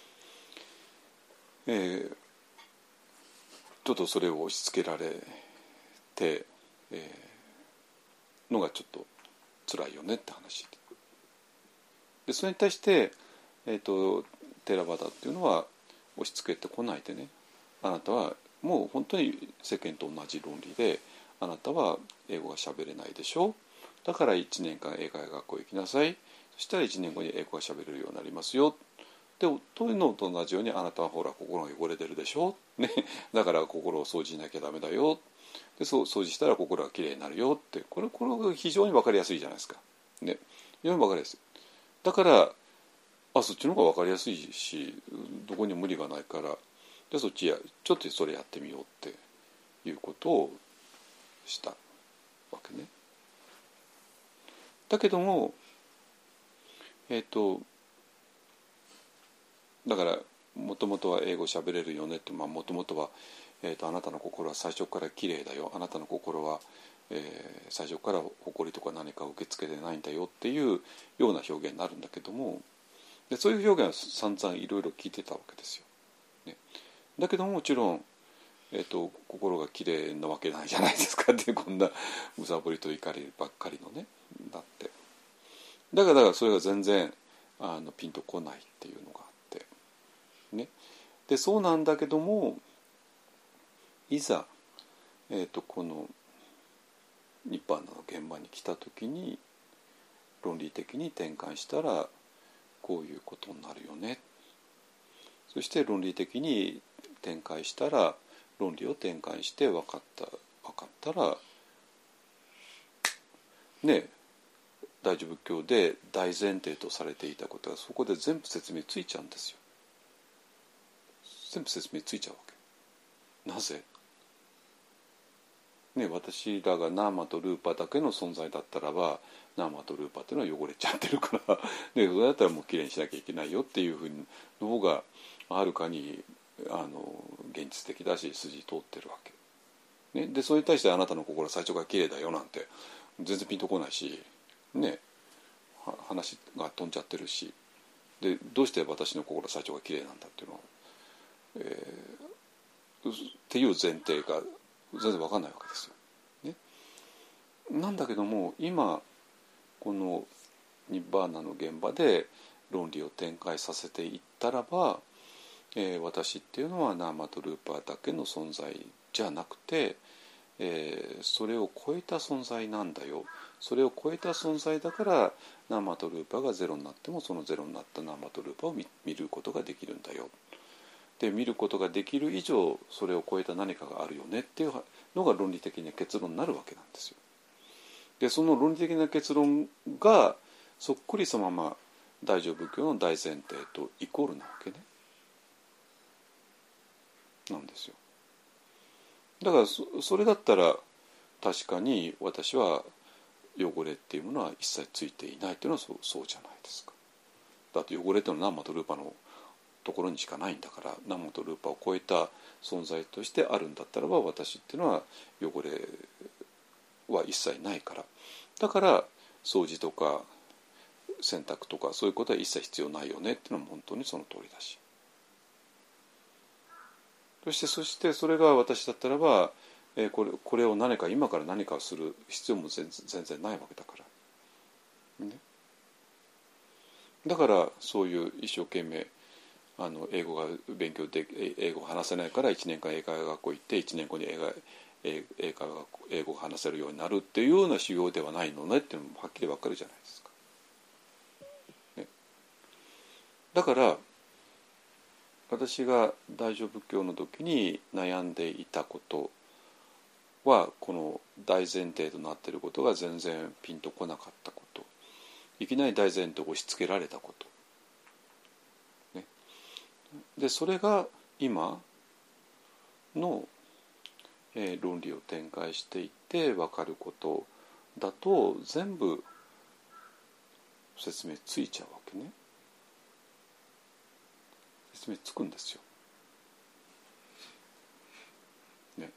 えー、ちょっとそれを押し付けられて、えー、のがちょっと辛いよねって話で、それに対して、えーと、テラバダっていうのは押し付けてこないでね、あなたはもう本当に世間と同じ論理で、あなたは英語が喋れないでしょ、だからいちねんかん英会話学校行きなさい、そしたらいちねんごに英語が喋れるようになりますよ。でというのと同じように、あなたはほら心が汚れてるでしょ、ね、だから心を掃除しなきゃダメだよ、でそう掃除したら心がきれいになるよって、これこれが非常に分かりやすいじゃないですか、ね、非常に分かりやすい。だからあそっちの方が分かりやすいし、どこにも無理がないから、じゃあそっちやちょっとそれやってみようっていうことをしたわけね。だけどもえっとだからもともとは英語喋れるよねって、もともとは、えー、とあなたの心は最初から綺麗だよ、あなたの心は、えー、最初から誇りとか何か受け付けてないんだよっていうような表現になるんだけども、でそういう表現は散々いろいろ聞いてたわけですよ、ね、だけどももちろん、えー、と心が綺麗なわけないじゃないですかってこんなむさぼりと怒りばっかりのね、だってだからだからそれが全然あのピンとこないっていうのがね、でそうなんだけども、いざ、えー、とこのニッパーナの現場に来た時に論理的に転換したらこういうことになるよね、そして論理的に展開したら論理を転換して分かった分かったらね、大乗仏教で大前提とされていたことがそこで全部説明ついちゃうんですよ。全部説明ついちゃうわけ。なぜ、ね、私らがナーマとルーパだけの存在だったらば、ナーマとルーパっていうのは汚れちゃってるから、ね、それだったらもうきれいにしなきゃいけないよっていうふうの方がはるかにあの現実的だし筋通ってるわけ、ね、でそれに対してあなたの心は最初からきれいだよなんて全然ピンとこないし、ね、話が飛んじゃってるし、でどうして私の心は最初がきれいなんだっていうのはえー、っていう前提が全然分かんないわけですよ、ね、なんだけども今このニッバーナの現場で論理を展開させていったらば、えー、私っていうのはナーマとルーパーだけの存在じゃなくて、えー、それを超えた存在なんだよ、それを超えた存在だからナーマとルーパーがゼロになってもそのゼロになったナーマとルーパーを 見, 見ることができるんだよ。 って見ることができる以上それを超えた何かがあるよねっていうのが論理的な結論になるわけなんですよ。でその論理的な結論がそっくりそのまま大乗仏教の大前提とイコールなわけねなんですよ。だから そ, それだったら確かに私は汚れっていうものは一切ついていないっていうのは そう, そうじゃないですか。だって汚れっていうのはナンマとルーパのところにしかないんだから、ナンマとルーパを超えた存在としてあるんだったらば、私っていうのは汚れは一切ないから、だから掃除とか洗濯とかそういうことは一切必要ないよねっていうのは本当にその通りだし、そしてそしてそれが私だったらば、えー、これこれを何か今から何かをする必要も全然、全然ないわけだから、ね、だからそういう一生懸命あの英語が勉強で英語を話せないからいちねんかん英会話学校行っていちねんごに英会英英会話英語が話せるようになるっていうような修行ではないのねっていうのもはっきり分かるじゃないですか、ね、だから私が大乗仏教の時に悩んでいたことはこの大前提となっていることが全然ピンとこなかったこと、いきなり大前提を押し付けられたこと、ね、でそれが今の、えー、論理を展開していって分かることだと全部説明ついちゃうわけね。説明つくんですよ。ね。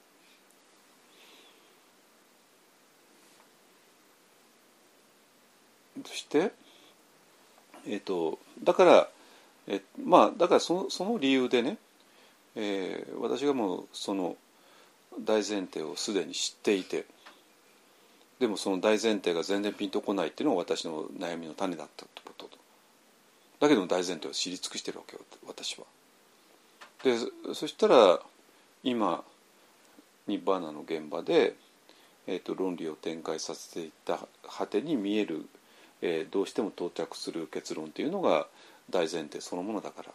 そして、えーと、だから、えまあだからその、その理由でね、えー、私がもうその大前提をすでに知っていて、でもその大前提が全然ピンとこないっていうのが私の悩みの種だったってことだけど大前提を知り尽くしてるわけよ私は。でそしたら今ニッバーナの現場で、えー、と論理を展開させていった果てに見える、えー、どうしても到着する結論というのが大前提そのものだから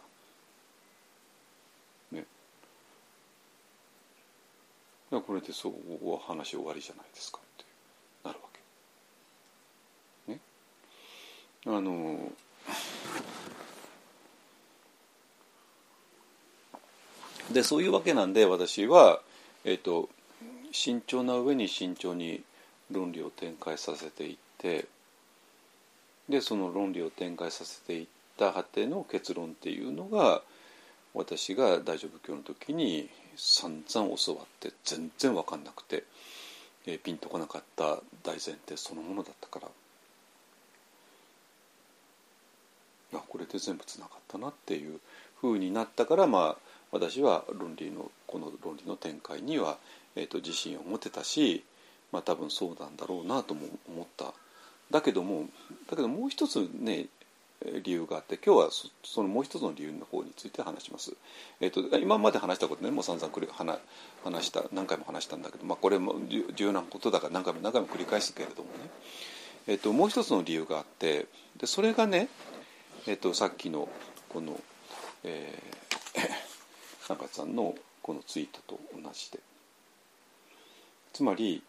ね。だからこれでそう話終わりじゃないですかってなるわけね。あのでそういうわけなんで私は、えーと、慎重な上に慎重に論理を展開させていってでその論理を展開させていった果ての結論っていうのが私が大乗仏教の時に散々教わって全然分かんなくて、えー、ピンとこなかった大前提そのものだったからあこれで全部つながったなっていう風になったからまあ私は論理のこの論理の展開には、えー、と自信を持てたし、まあ、多分そうなんだろうなとも思った。だけどもだけどもう一つね理由があって今日は そ, そのもう一つの理由の方について話します。えー、と今まで話したことねもう散々くり 話, 話した何回も話したんだけど、まあ、これも重要なことだから何回も何回も繰り返すけれどもね、えー、ともう一つの理由があってでそれがね、えー、とさっきのこの、えー中津さんのこのツイートと同じでつまり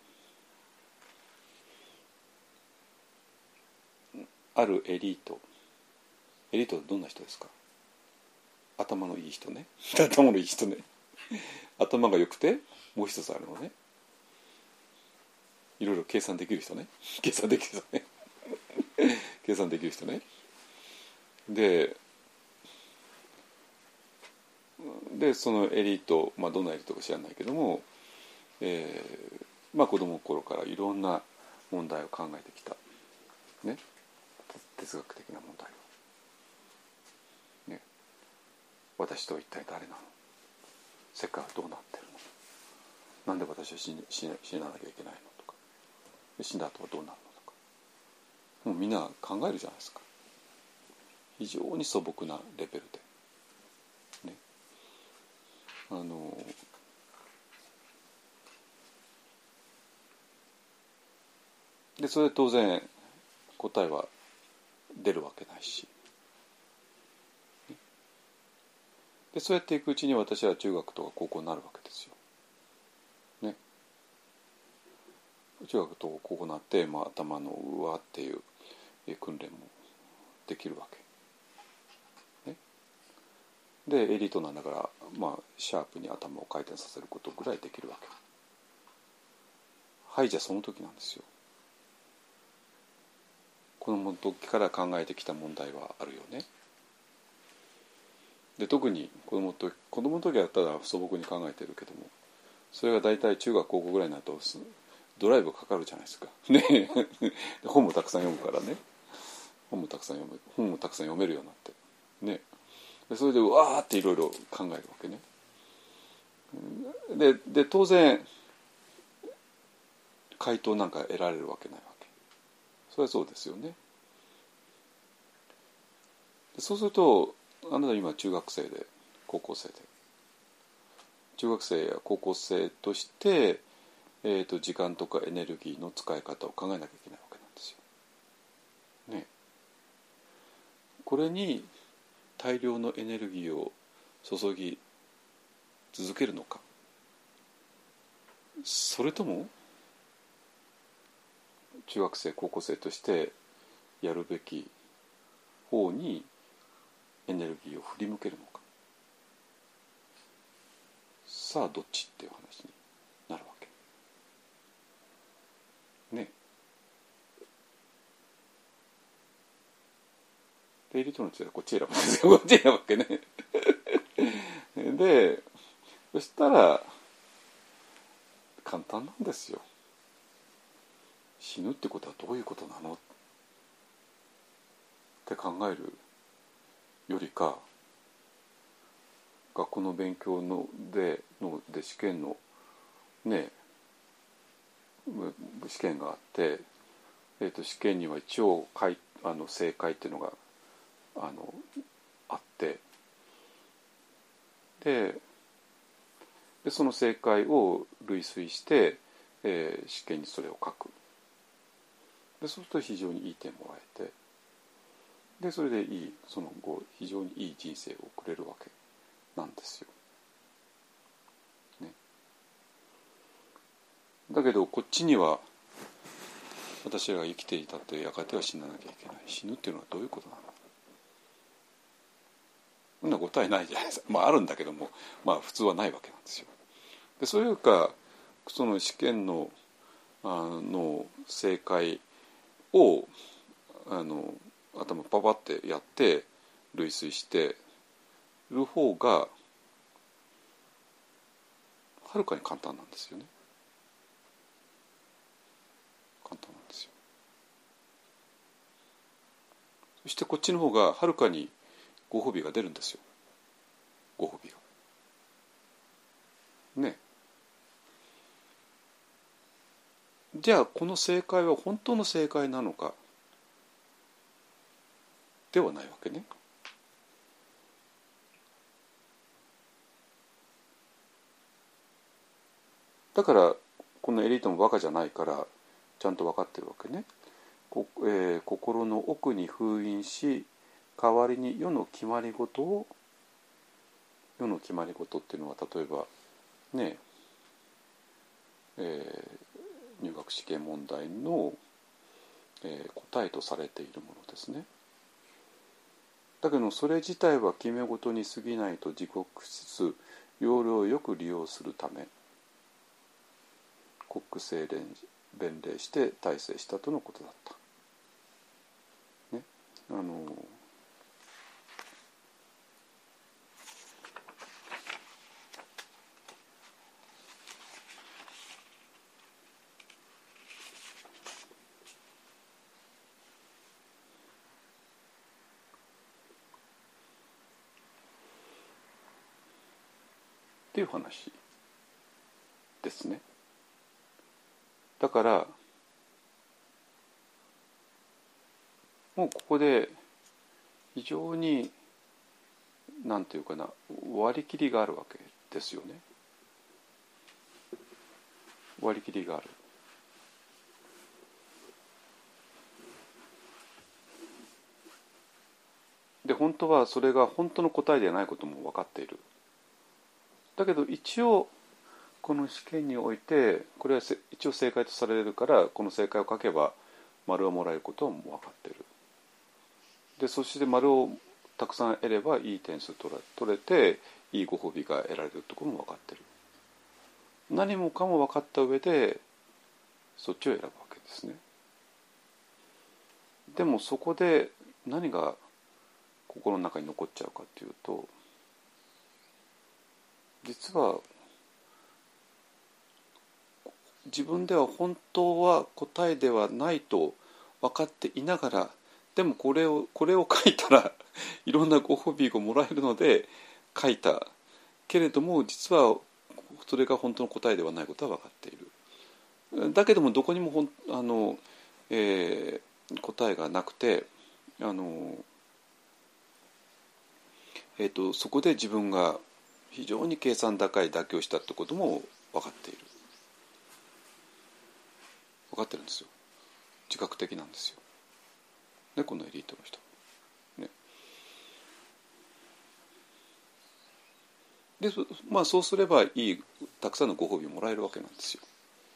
あるエリートエリートはどんな人ですか？頭のいい人ね頭のいい人ね頭が良くてもう一つあるのねいろいろ計算できる人ね計算できる人ね計算できる人ねででそのエリート、まあ、どんなエリートか知らないけども、えーまあ、子供の頃からいろんな問題を考えてきた、ね、哲学的な問題を、ね、私とは一体誰なの、世界はどうなってるの、なんで私は死に、死に、死ななきゃいけないのとか、死んだ後はどうなるのとか、もうみんな考えるじゃないですか。非常に素朴なレベルで。あのでそれで当然答えは出るわけないし、 でそうやっていくうちに私は中学とか高校になるわけですよ。ね。中学と高校になって、まあ、頭の上っていう訓練もできるわけ。ね。でエリートなんだから、まあ、シャープに頭を回転させることぐらいできるわけ。はい、じゃあその時なんですよ。子供の時から考えてきた問題はあるよね。で特に子供の時子供の時はただ素朴に考えてるけども、それが大体中学高校ぐらいになるとドライブかかるじゃないですか。ねで本もたくさん読むからね。本もたくさん読む本もたくさん読めるようになってね。でそれでうわーっていろいろ考えるわけね。でで当然回答なんか得られるわけないわけ。それはそうですよね。でそうするとあなた今中学生で高校生で中学生や高校生として、えーと、時間とかエネルギーの使い方を考えなきゃいけないわけなんですよ。ね。これに大量のエネルギーを注ぎ続けるのか、それとも中学生高校生としてやるべき方にエネルギーを振り向けるのか、さあどっちっていう話になるわけね。でエリートの人はこっち選ぶんですよ。こっち選ぶわけね。でそしたら簡単なんですよ。死ぬってことはどういうことなのって考えるよりか、学校の勉強のでので試験のね試験があって、えーと試験には一応かいあの正解っていうのがあのあってででその正解を類推して、えー、試験にそれを書く。でそうすると非常にいい点もらえて、でそれでいいその後非常にいい人生を送れるわけなんですよ。ね。だけどこっちには私らが生きていたとやがては死ななきゃいけない。死ぬっていうのはどういうことなの？そんな答えないじゃないですか。まああるんだけども、まあ普通はないわけなんですよ。でそれよりかその試験のあの正解をあの頭パパってやって類推してる方がはるかに簡単なんですよね。簡単なんですよ。そしてこっちの方がはるかにご褒美が出るんですよ。ご褒美がね。じゃあこの正解は本当の正解なのかではないわけね。だからこのエリートもバカじゃないからちゃんと分かってるわけね。こ、えー、心の奥に封印し代わりに世の決まり事を世の決まり事っていうのは例えばねえー、入学試験問題の、えー、答えとされているものですね。だけどそれ自体は決め事に過ぎないと自覚しつつ要領をよく利用するため国政弁令して大成したとのことだった。ね、あのっていう話ですね。だからもうここで非常になんていうかな割り切りがあるわけですよね。割り切りがある。 で本当はそれが本当の答えではないことも分かっている。だけど一応この試験においてこれは一応正解とされるから、この正解を書けば丸をもらえることはもう分かっている。でそして丸をたくさん得ればいい点数取れ、取れていいご褒美が得られるところも分かっている。何もかも分かった上でそっちを選ぶわけですね。でもそこで何が心の中に残っちゃうかというと、実は自分では本当は答えではないと分かっていながら、でもこれをこれを書いたらいろんなご褒美がもらえるので書いたけれども、実はそれが本当の答えではないことは分かっている。だけどもどこにもほんあの、えー、答えがなくて、あの、えーと、そこで自分が非常に計算高い妥協したってことも分かっている。分かってるんですよ。自覚的なんですよ。ね、このエリートの人。ね、で、まあそうすればいいたくさんのご褒美をもらえるわけなんですよ。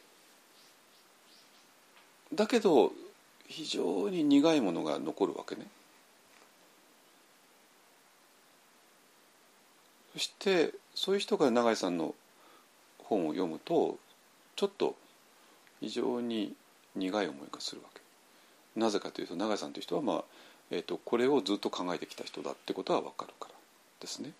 だけど非常に苦いものが残るわけね。そしてそういう人が永井さんの本を読むとちょっと非常に苦い思いがするわけ。なぜかというと、永井さんという人は、まあえーと、これをずっと考えてきた人だってことは分かるからですね。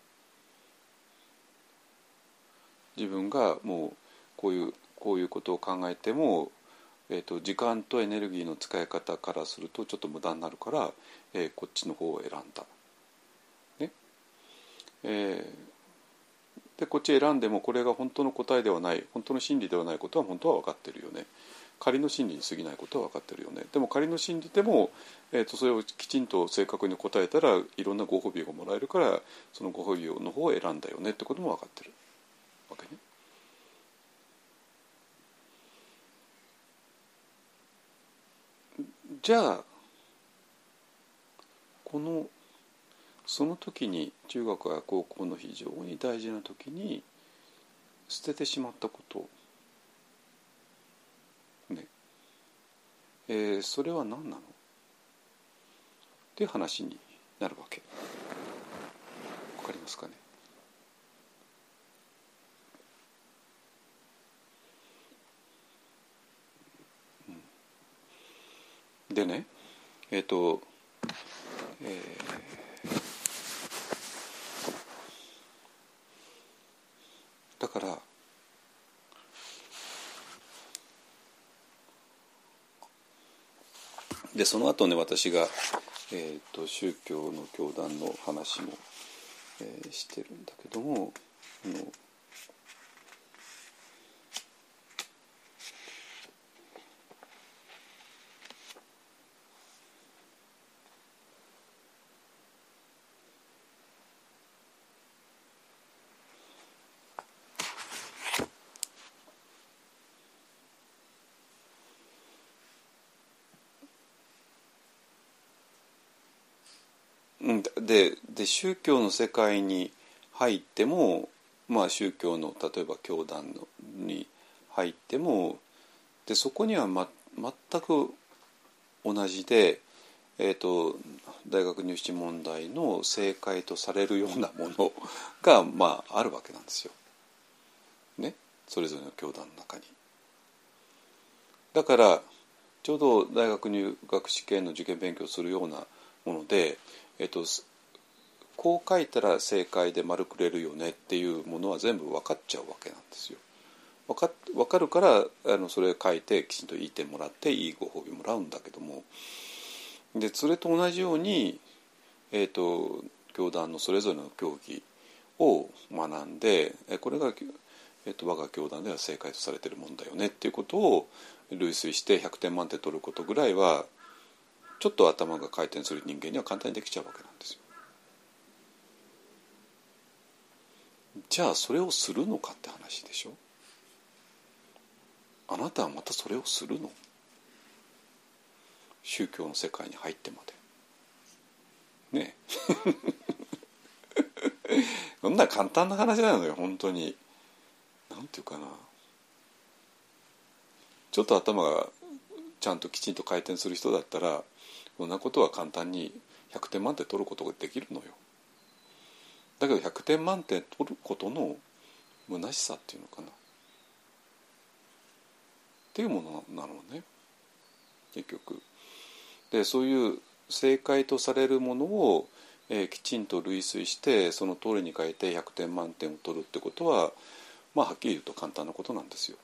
自分がもうこういうこういうことを考えても、えーと、時間とエネルギーの使い方からするとちょっと無駄になるから、えー、こっちの方を選んだ。ねえー、でこっち選んでもこれが本当の答えではない、本当の真理ではないことは本当は分かってるよね。仮の真理に過ぎないことは分かってるよね。でも仮の真理でも、えーと、それをきちんと正確に答えたらいろんなご褒美がもらえるから、そのご褒美の方を選んだよねってことも分かってるわけね。じゃあこのその時に中学や高校の非常に大事な時に捨ててしまったことね、えー、それは何なのっていう話になるわけ。わかりますかね。うん、でねえっ、ー、と、えー、だからでその後ね、私が、えー、と宗教の教団の話も、えー、してるんだけども、あので, で宗教の世界に入っても、まあ、宗教の例えば教団のに入ってもでそこには、ま、全く同じで、えーと、大学入試問題の正解とされるようなものが、まあ、あるわけなんですよ。ね、それぞれの教団の中に。だからちょうど大学入学試験の受験勉強するようなもので、えーとこう書いたら正解で丸くれるよねっていうものは全部分かっちゃうわけなんですよ。分か、分かるからあのそれを書いてきちんといい点もらっていいご褒美もらうんだけども、でそれと同じように、えーと、教団のそれぞれの教義を学んでこれが、えーと、我が教団では正解とされているもんだよねっていうことを類推してひゃくてん満点取ることぐらいはちょっと頭が回転する人間には簡単にできちゃうわけなんですよ。じゃあそれをするのかって話でしょ。あなたはまたそれをするの？宗教の世界に入ってまでねこんな簡単な話なのよ本当に。なんていうかな、ちょっと頭がちゃんときちんと回転する人だったらこんなことは簡単にひゃくてん満点取ることができるのよ。だけどひゃくてん満点取ることの虚しさっていうのかなっていうものなのね結局。でそういう正解とされるものを、えー、きちんと類推してその通りに変えてひゃくてん満点を取るってことは、まあはっきり言うと簡単なことなんですよ。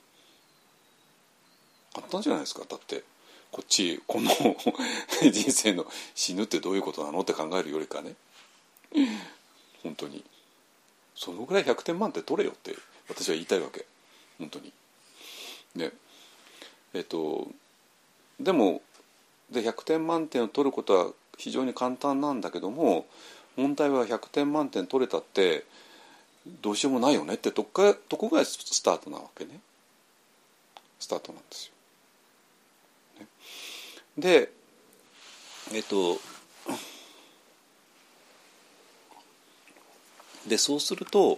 簡単じゃないですか。だってこっちこの人生の死ぬってどういうことなのって考えるよりかね本当にそのぐらいひゃくてん満点取れよって私は言いたいわけ本当にね。えっとでもでひゃくてん満点を取ることは非常に簡単なんだけども問題はひゃくてん満点取れたってどうしようもないよねってとこが、とこがスタートなわけね。スタートなんですよ。ね、でえっとでそうすると、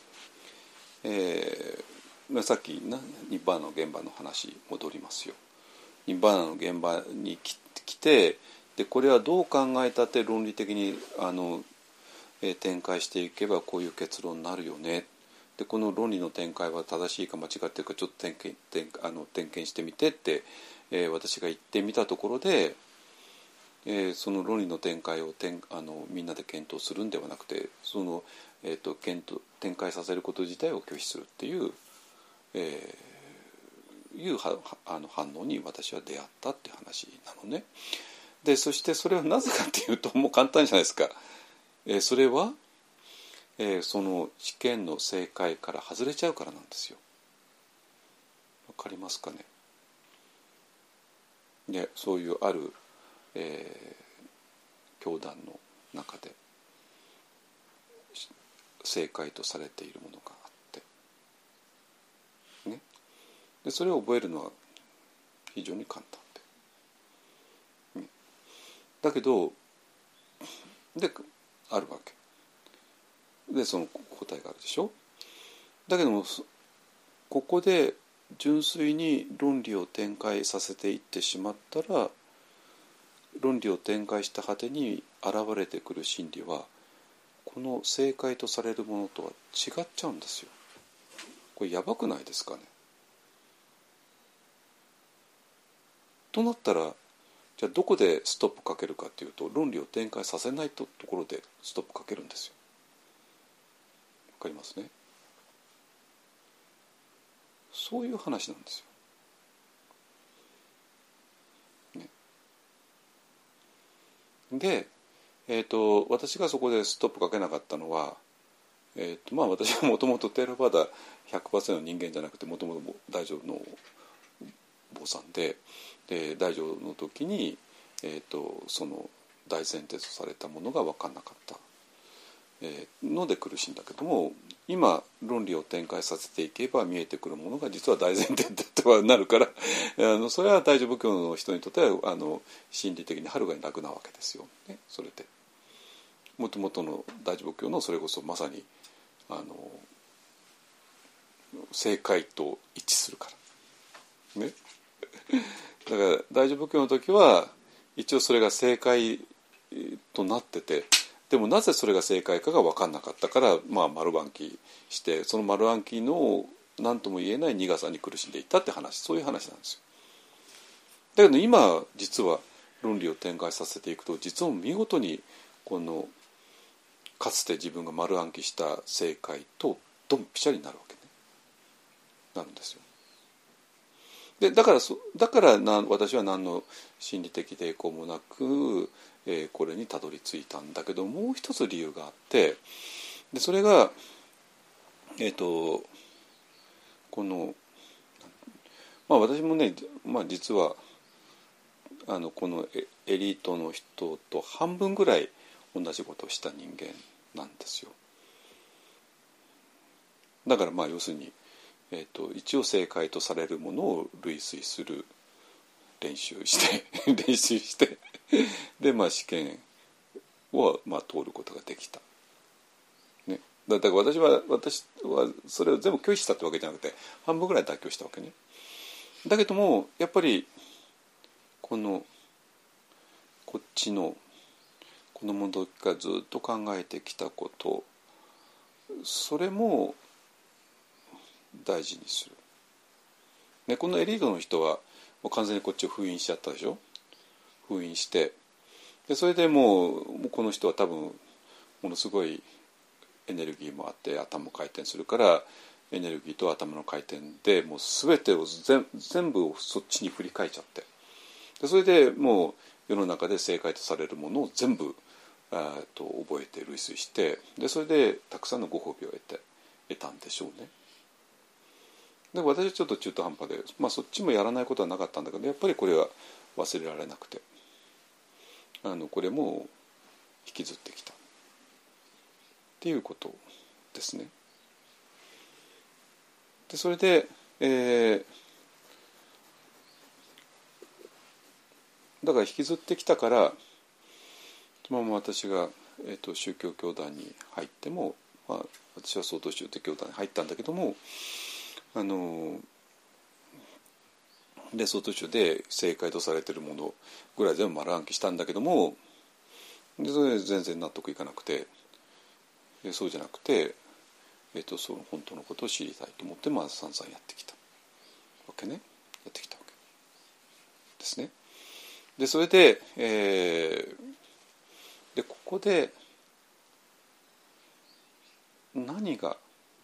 えー、さっきなニッバーナの現場の話戻りますよ。ニッバーナの現場に来てでこれはどう考えたって論理的にあの、えー、展開していけばこういう結論になるよね。でこの論理の展開は正しいか間違っているかちょっと点検、点あの点検してみてって、えー、私が言ってみたところで、えー、その論理の展開を展あのみんなで検討するんではなくてその、えー、と検討展開させること自体を拒否するっていう、えー、いうはあの反応に私は出会ったっていう話なのね。でそしてそれはなぜかっていうともう簡単じゃないですか。えー、それはえー、その試験の正解から外れちゃうからなんですよ。わかりますかね。でそういうある、えー、教団の中で正解とされているものがあってね。でそれを覚えるのは非常に簡単で、ね、だけどであるわけでその答えがあるでしょ。だけどもここで純粋に論理を展開させていってしまったら論理を展開した果てに現れてくる真理はこの正解とされるものとは違っちゃうんですよ。これやばくないですかね。となったらじゃあどこでストップかけるかっていうと論理を展開させないとところでストップかけるんですよ。わかりますね。そういう話なんですよ。ね、で、えーと、私がそこでストップかけなかったのは、えーとまあ、私はもともとテーラバーダ ひゃくパーセント の人間じゃなくてもともと大乗の坊さんで、で大乗の時に、えーと、その大前提とされたものが分かんなかったので苦しいんだけども今論理を展開させていけば見えてくるものが実は大前提とはなるからあのそれは大乗仏教の人にとってはあの心理的にはるかに楽なわけですよ、ね、それでもともとの大乗仏教のそれこそまさにあの正解と一致するからねだから大乗仏教の時は一応それが正解となっててでもなぜそれが正解かが分かんなかったから、まあ、丸暗記してその丸暗記の何とも言えない苦さに苦しんでいったって話そういう話なんですよ。だけど今実は論理を展開させていくと実は見事にこのかつて自分が丸暗記した正解とドンピシャリになるわけねなるんですよ。でだからそだからな私は何の心理的抵抗もなく、えー、これにたどり着いたんだけどもう一つ理由があってでそれがえっ、ー、とこのまあ私もね、まあ、実はあのこのエリートの人と半分ぐらい同じことをした人間なんですよ。だからまあ要するにえー、と一応正解とされるものを類推する練習して練習してでまあ試験は、まあ、通ることができた、ね、だから私は私はそれを全部拒否したってわけじゃなくて半分ぐらい妥協したわけね。だけどもやっぱりこのこっちの子供の時からずっと考えてきたこと、それも大事にする、ね、このエリートの人はもう完全にこっちを封印しちゃったでしょ。封印してでそれでもう、もうこの人は多分ものすごいエネルギーもあって頭も回転するから、エネルギーと頭の回転でもう全てを全全部をそっちに振り返っちゃって、でそれでもう世の中で正解とされるものを全部あと覚えて類推して、でそれでたくさんのご褒美を得て得たんでしょうね。で私はちょっと中途半端で、まあ、そっちもやらないことはなかったんだけど、やっぱりこれは忘れられなくて、あのこれも引きずってきたっていうことですね。でそれで、えー、だから引きずってきたから、まあ、私が、えーと、宗教教団に入っても、まあ、私は相当宗教教団に入ったんだけども、あので相当宗で正解とされているものぐらい全部丸暗記したんだけども、でそれで全然納得いかなくて、そうじゃなくて、えーと、その本当のことを知りたいと思って、まあ、散々やってきたわけね。やってきたわけですね。でそれで、えー、でここで何が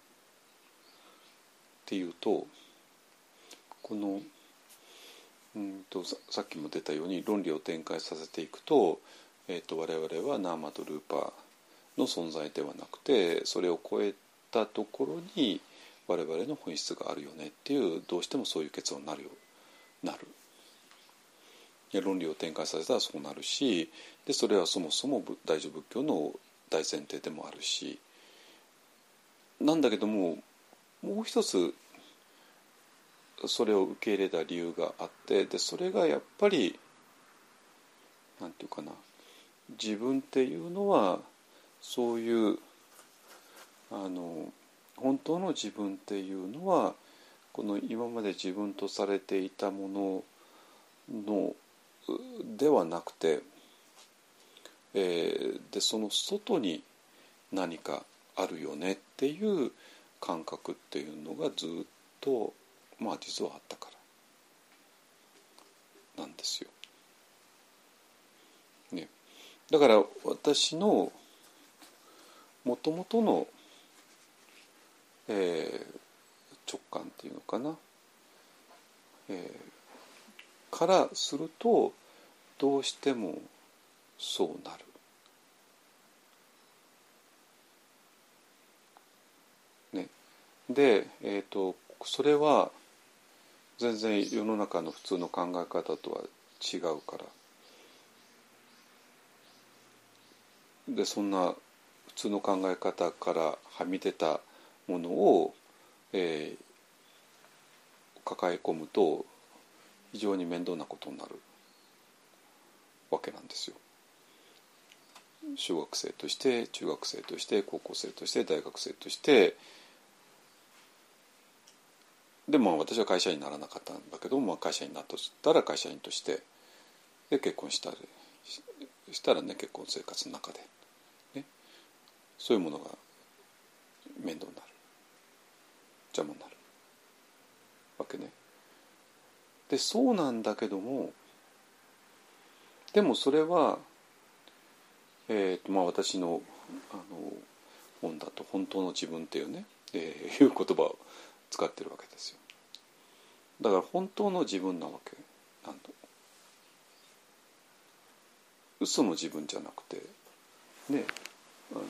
っていうと、このうんと さ, さっきも出たように論理を展開させていくと、えーと、我々はナーマとルーパーの存在ではなくて、それを超えたところに我々の本質があるよねっていう、どうしてもそういう結論になるよなる。論理を展開させたらそうなるし、でそれはそもそも大乗仏教の大前提でもあるし、なんだけどももう一つそれを受け入れた理由があって、でそれがやっぱりなんていうかな、自分っていうのはそういうあの本当の自分っていうのはこの今まで自分とされていたもののではなくて、えー、でその外に何かあるよねっていう感覚っていうのがずっとまあ実はあったからなんですよ。ね、だから私のもともとの、えー、直感っていうのかな、えー、からするとどうしてもそうなる。ね、で、えーと、それは全然世の中の普通の考え方とは違うからで、そんな普通の考え方からはみ出たものを、えー、抱え込むと非常に面倒なことになるわけなんですよ。小学生として中学生として高校生として大学生として、でも私は会社員にならなかったんだけど、まあ、会社員になったとしたら会社員としてで結婚したりしたらね、結婚生活の中で、ね、そういうものが面倒になる、邪魔になるわけね。でそうなんだけども、でもそれは、えーとまあ、私の、あの本だと本当の自分っていうね、えー、いう言葉を使ってるわけですよ。だから本当の自分なわけなんだ。嘘の自分じゃなくてね、あ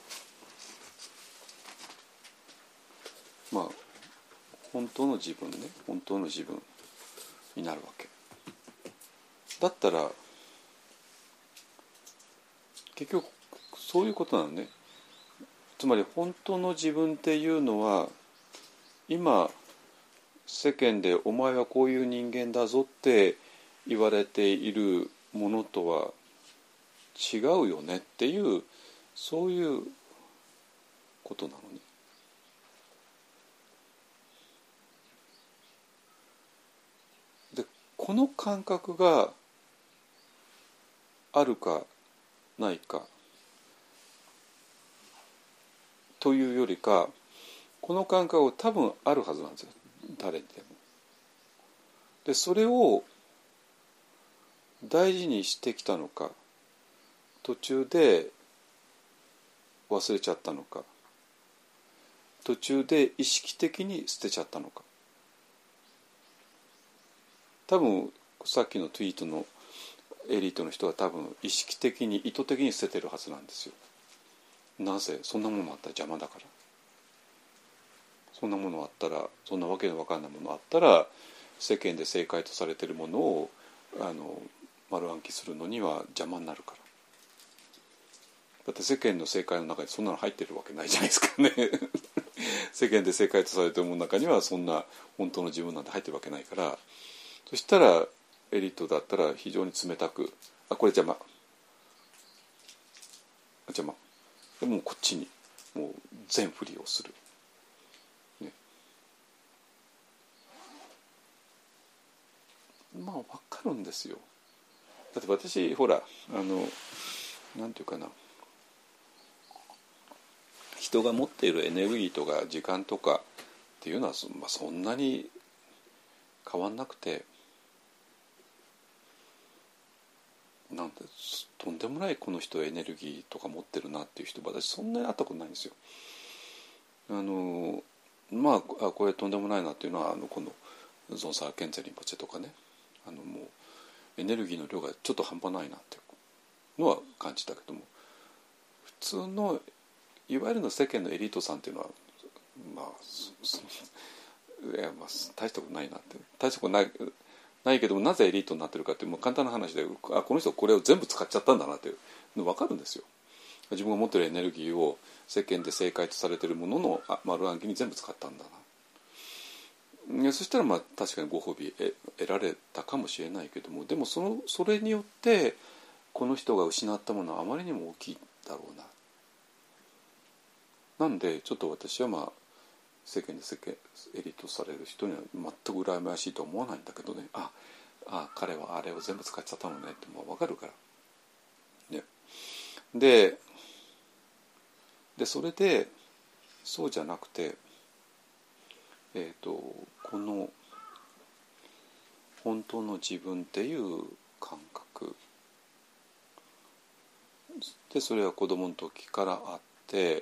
のまあ本当の自分ね、本当の自分になるわけだったら、結局そういうことなのね。つまり本当の自分っていうのは今世間でお前はこういう人間だぞって言われているものとは違うよねっていうそういうことなのね。でこの感覚があるかないかというよりか、この感覚は多分あるはずなんですよ、誰にでも。でそれを大事にしてきたのか、途中で忘れちゃったのか、途中で意識的に捨てちゃったのか。多分さっきのツイートのエリートの人は多分意識的に意図的に捨ててるはずなんですよ。なぜ？そんなものあったら邪魔だから。そんなものあったら、そんなわけのわかんないものあったら、世間で正解とされているものをあの丸暗記するのには邪魔になるから。だって世間の正解の中にそんなの入ってるわけないじゃないですかね世間で正解とされているものの中にはそんな本当の自分なんて入ってるわけないから、そしたらエリートだったら非常に冷たく、あ、これ邪魔、邪魔でもうこっちにもう全振りをする、ね、まあ分かるんですよ。だって私ほらあのなんていうかな、人が持っているエネルギーとか時間とかっていうのは そ,、まあ、そんなに変わんなくて、なんてとんでもないこの人エネルギーとか持ってるなっていう人、私そんなに会ったことないんですよ。あのまあこれとんでもないなっていうのはあのこのゾンサー・ケンツェリンポチェとかね、あのもうエネルギーの量がちょっと半端ないなっていうのは感じたけども、普通のいわゆるの世間のエリートさんっていうのはまあいやまあ大したことないなって、大したことないないけども、なぜエリートになってるかっていう、もう簡単な話で、あこの人これを全部使っちゃったんだなっていうの分かるんですよ。自分が持ってるエネルギーを世間で正解とされているものの丸暗記に全部使ったんだな。いやそしたらまあ確かにご褒美得られたかもしれないけども、でもそのそれによってこの人が失ったものはあまりにも大きいだろうな。なんでちょっと私はまあ世間で世間エリートされる人には全く羨ましいとは思わないんだけどね、ああ彼はあれを全部使っちゃったのねってもう分かるから、ね、ででそれでそうじゃなくて、えーと、この本当の自分っていう感覚で、それは子供の時からあって、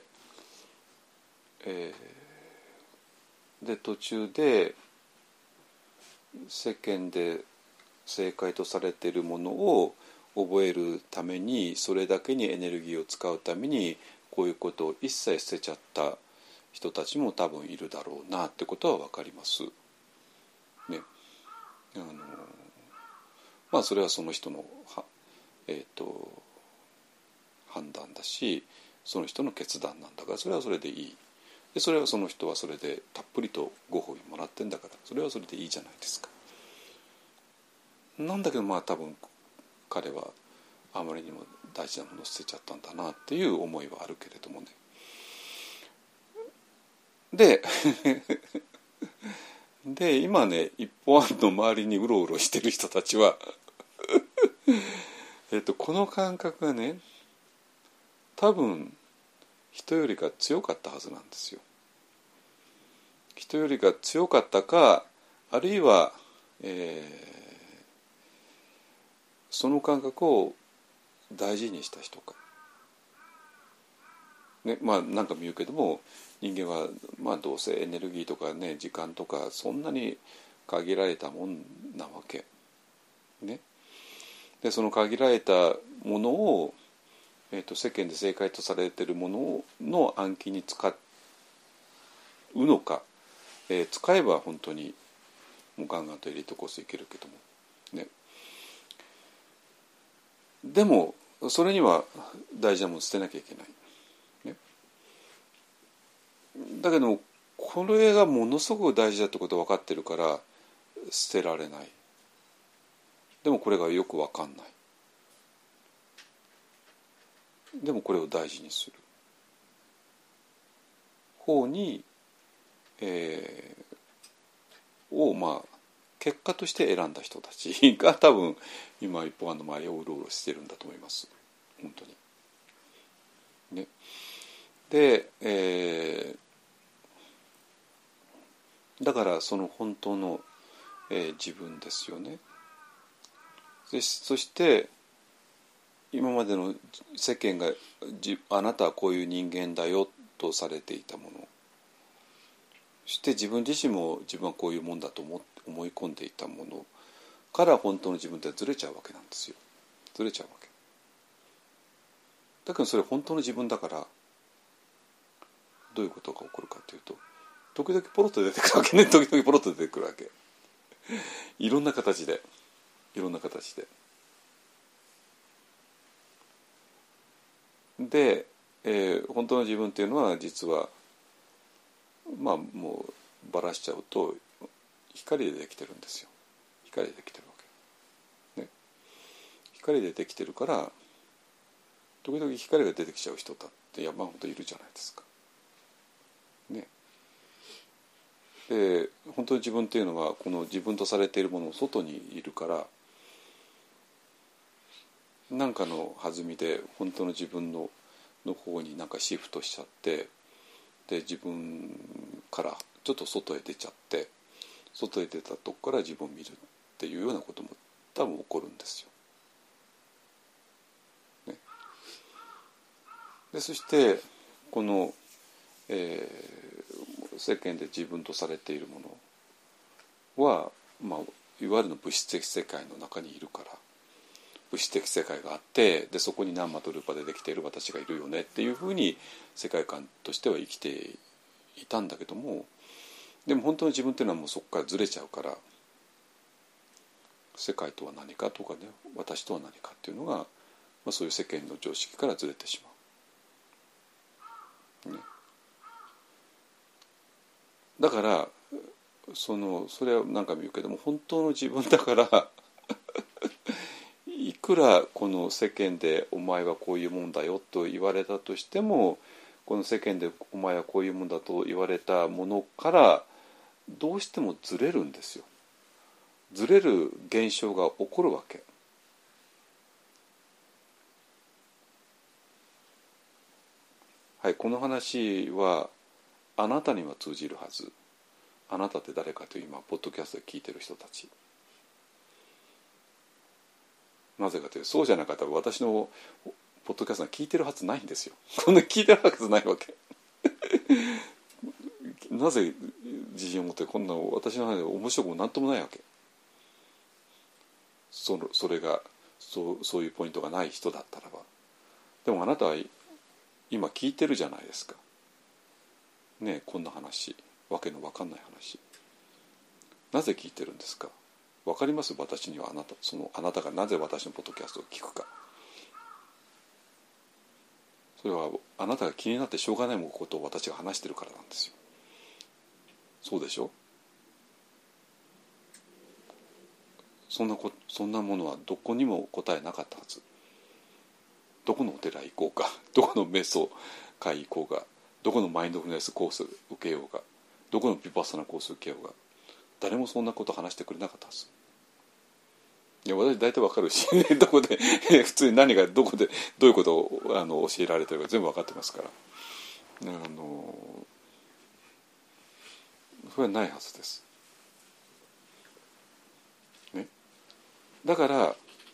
えー、で途中で世間で正解とされているものを覚えるために、それだけにエネルギーを使うためにこういうことを一切捨てちゃった人たちも多分いるだろうなってことは分かります。ね、あのまあそれはその人のは、えーと、判断だし、その人の決断なんだから、それはそれでいい。でそれはその人はそれでたっぷりとご褒美もらってんだから、それはそれでいいじゃないですか。なんだけどまあ多分彼はあまりにも大事なものを捨てちゃったんだなっていう思いはあるけれどもね。でで今ね一本案の周りにうろうろしてる人たちはえっとこの感覚がね多分人よりか強かったはずなんですよ。人よりか強かったか、あるいは、えー、その感覚を大事にした人か、ね、まあ何かも言うけども、人間はまあどうせエネルギーとかね時間とかそんなに限られたもんなわけね。でその限られたものを、えーと、世間で正解とされているものの暗記に使うのか、えー、使えば本当にもうガンガンとエリートコースいけるけどもね。でもそれには大事なものを捨てなきゃいけない、ね、だけどこれがものすごく大事だってことが分かってるから捨てられない。でもこれがよく分かんない。 でもこれを大事にする方に、えー、をまあ結果として選んだ人たちが多分今一本案の周りをうろうろしてるんだと思います。本当に。ね、で、えー、だからその本当の、えー、自分ですよね。でそして今までの世間があなたはこういう人間だよとされていたもの、そして自分自身も自分はこういうもんだと思思い込んでいたものから本当の自分ってずれちゃうわけなんですよ。ずれちゃうわけだけど、それ本当の自分だからどういうことが起こるかというと、時々ポロッと出てくるわけね。時々ポロッと出てくるわけ。いろんな形でいろんな形でで、えー、本当の自分っていうのは実はまあもうばらしちゃうと光でできてるんですよ。光でできてるわけ、ね、光でできてるから時々光が出てきちゃう人だって山ほどいるじゃないですか。ね。で本当に自分っていうのはこの自分とされているものの外にいるから、何かの弾みで本当の自分のの方になんかシフトしちゃって、で自分からちょっと外へ出ちゃって、外へ出たとこから自分を見るっていうようなことも多分起こるんですよ。ね、でそしてこの、えー、世間で自分とされているものは、まあ、いわゆるの物質的世界の中にいるから、物質的世界があって、でそこに何マトルパでできている私がいるよねっていうふうに世界観としては生きていたんだけども、でも本当の自分っていうのはもうそこからずれちゃうから、世界とは何かとかね、私とは何かっていうのが、まあ、そういう世間の常識からずれてしまう、ね、だからそのそれは何回も言うけども、本当の自分だからいくらこの世間でお前はこういうもんだよと言われたとしても、この世間でお前はこういうもんだと言われたものからどうしてもずれるんですよ。ずれる現象が起こるわけ。はい、この話はあなたには通じるはず。あなたって誰かという今ポッドキャストで聞いてる人たち、なぜかというと、そうじゃなかったら私のポッドキャストが聞いてるはずないんですよ。こんな聞いてるはずないわけなぜ自信を持ってこんな私の話で面白くもなんともないわけ。そのそれがそう、そういうポイントがない人だったらば。でもあなたは今聞いてるじゃないですかね。こんな話、わけのわかんない話、なぜ聞いてるんですか。わかります？私にはあなた、そのあなたがなぜ私のポッドキャストを聞くか。それはあなたが気になってしょうがないことを私が話してるからなんですよ。そうでしょ。そんなこそんなものはどこにも答えなかったはず。どこのお寺行こうか、どこの瞑想会行こうが、どこのマインドフルネスコース受けようが、どこのピパッサナコース受けようが、誰もそんなこと話してくれなかったはず。いや私大体わかるしどこで普通に何がどこでどういうことをあの教えられてるか全部わかってますから、あのそれはないはずです、ね、だから